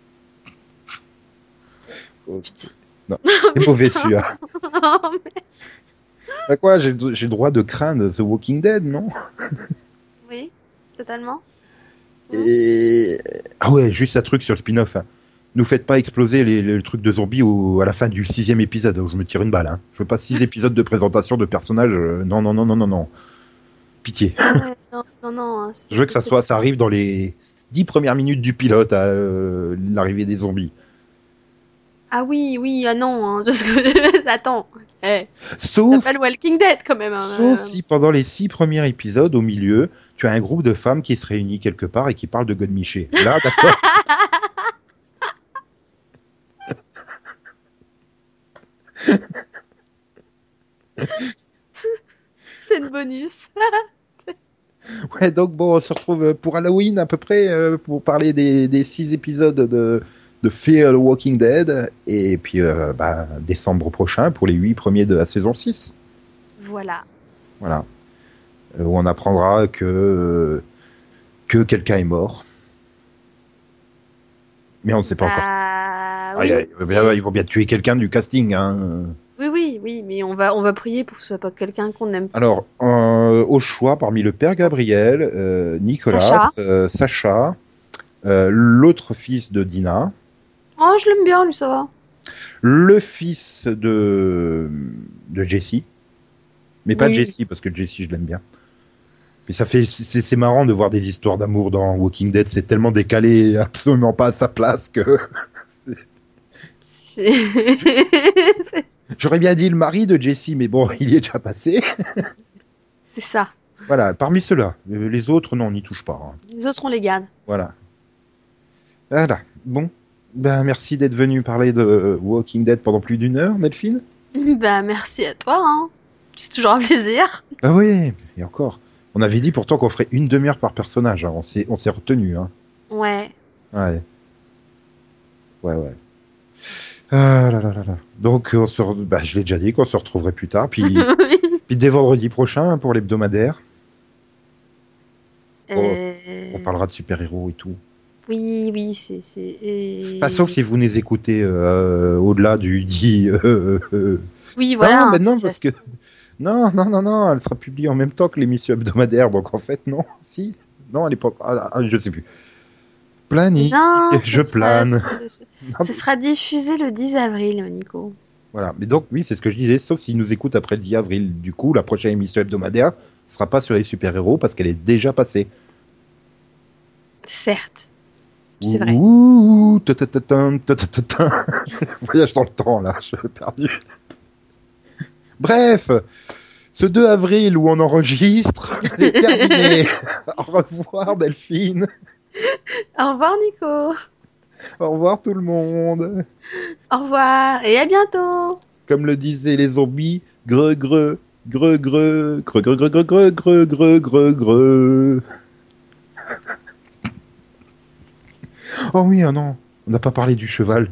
Putain. Non, c'est mauvais celui-là. Oh, mais- Bah quoi, j'ai le droit de craindre The Walking Dead, non? Oui, totalement. Et... Ah ouais, juste un truc sur le spin-off. Hein. Nous faites pas exploser le truc de zombies à la fin du 6e épisode, où je me tire une balle. Hein. Je veux pas 6 épisodes de présentation de personnages. Non, non, non, non, non, non. Pitié. Ouais, non, non, non. Hein, Je veux que ça arrive dans les 10 premières minutes du pilote, à l'arrivée des zombies. Ah oui, oui, ah non. Hein, parce que... Attends. Ça Sauf, s'appelle Walking Dead, quand même. Hein, sauf si pendant les 6 premiers épisodes, au milieu, tu as un groupe de femmes qui se réunit quelque part et qui parlent de Godmiché. Là, d'accord. C'est le bonus. Ouais, donc bon, on se retrouve pour Halloween à peu près pour parler des 6 épisodes de Fear the Walking Dead et puis décembre prochain pour les 8 premiers de la saison 6. Voilà. Voilà. Où on apprendra que quelqu'un est mort. Mais on ne sait pas encore. Oui. Ils vont bien tuer quelqu'un du casting. Hein. Oui, mais on va prier pour que ce soit pas quelqu'un qu'on aime. Alors, au choix, parmi le père Gabriel, Nicolas, Sacha, l'autre fils de Dina, Oh, je l'aime bien, lui, ça va. le fils de Jessie, mais pas Oui. Jessie, parce que Jessie, je l'aime bien. Mais c'est marrant de voir des histoires d'amour dans Walking Dead, c'est tellement décalé, absolument pas à sa place que... C'est... J'aurais bien dit le mari de Jessie, mais bon, il y est déjà passé. C'est ça. Voilà, parmi ceux-là. Les autres, non, on n'y touche pas. Hein. Les autres, on les garde. Voilà. Voilà. Bon. Ben, merci d'être venu parler de Walking Dead pendant plus d'une heure, Delphine. Bah, merci à toi, hein. C'est toujours un plaisir. Ah oui, et encore. On avait dit pourtant qu'on ferait une demi-heure par personnage. Hein. On s'est retenu. Hein. Ouais. Ouais. Ah là là là là. Donc, je l'ai déjà dit qu'on se retrouverait plus tard. Puis dès vendredi prochain pour l'hebdomadaire. On parlera de super-héros et tout. Oui, c'est... Enfin, sauf si vous nous écoutez au-delà du dit... Oui, voilà. Non, mais non, parce que... Non, elle sera publiée en même temps que l'émission hebdomadaire, donc en fait, non, si. Non, elle est pas... je sais plus. Planning, je plane. Ce sera diffusé le 10 avril, Nico. Voilà, mais donc, oui, c'est ce que je disais, sauf s'ils nous écoutent après le 10 avril. Du coup, la prochaine émission hebdomadaire sera pas sur les super-héros, parce qu'elle est déjà passée. Certes. C'est vrai. Ouh, voyage dans le temps, là, je suis perdu. Bref, ce 2 avril où on enregistre, c'est terminé. Au revoir, Delphine. Au revoir, Nico. Au revoir, tout le monde. Au revoir et à bientôt. Comme le disaient les zombies, greu, greu, Greu, greu, greu, greu, greu, greu, greu, greu, greu, greu. Oh oui, oh non, on n'a pas parlé du cheval.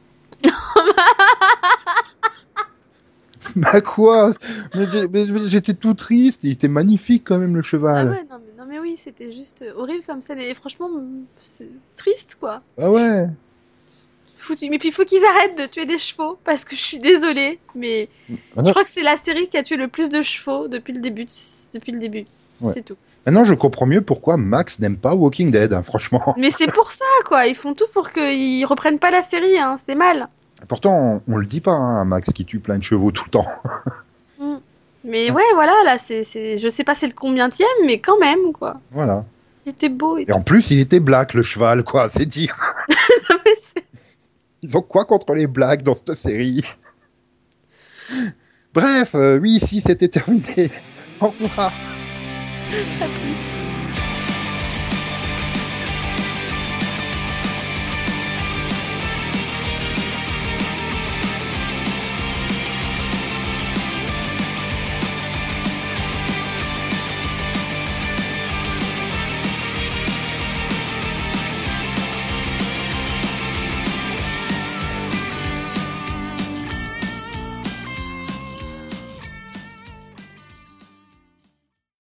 Bah quoi? Mais j'étais tout triste, il était magnifique quand même le Ah cheval. ouais, non mais oui, c'était juste horrible comme ça. Et franchement, c'est triste quoi. Ah ouais. Foutu. Mais puis il faut qu'ils arrêtent de tuer des chevaux parce que je suis désolée, mais je Maintenant, crois que c'est la série qui a tué le plus de chevaux depuis le début. Depuis le début, ouais. c'est tout. Maintenant, je comprends mieux pourquoi Max n'aime pas Walking Dead, hein, franchement. Mais c'est pour ça quoi. Ils font tout pour qu'ils reprennent pas la série. Hein. C'est mal. Pourtant, on le dit pas, hein, à Max qui tue plein de chevaux tout le temps. Mm. Mais ouais, voilà, là, je sais pas c'est le combientième, mais quand même quoi. Voilà. Il était beau et Et en tout. plus, il était black, le cheval, quoi, c'est dire. Mais Ils ont quoi contre les blagues dans cette série? Bref, oui, si, c'était terminé. Au revoir. à plus.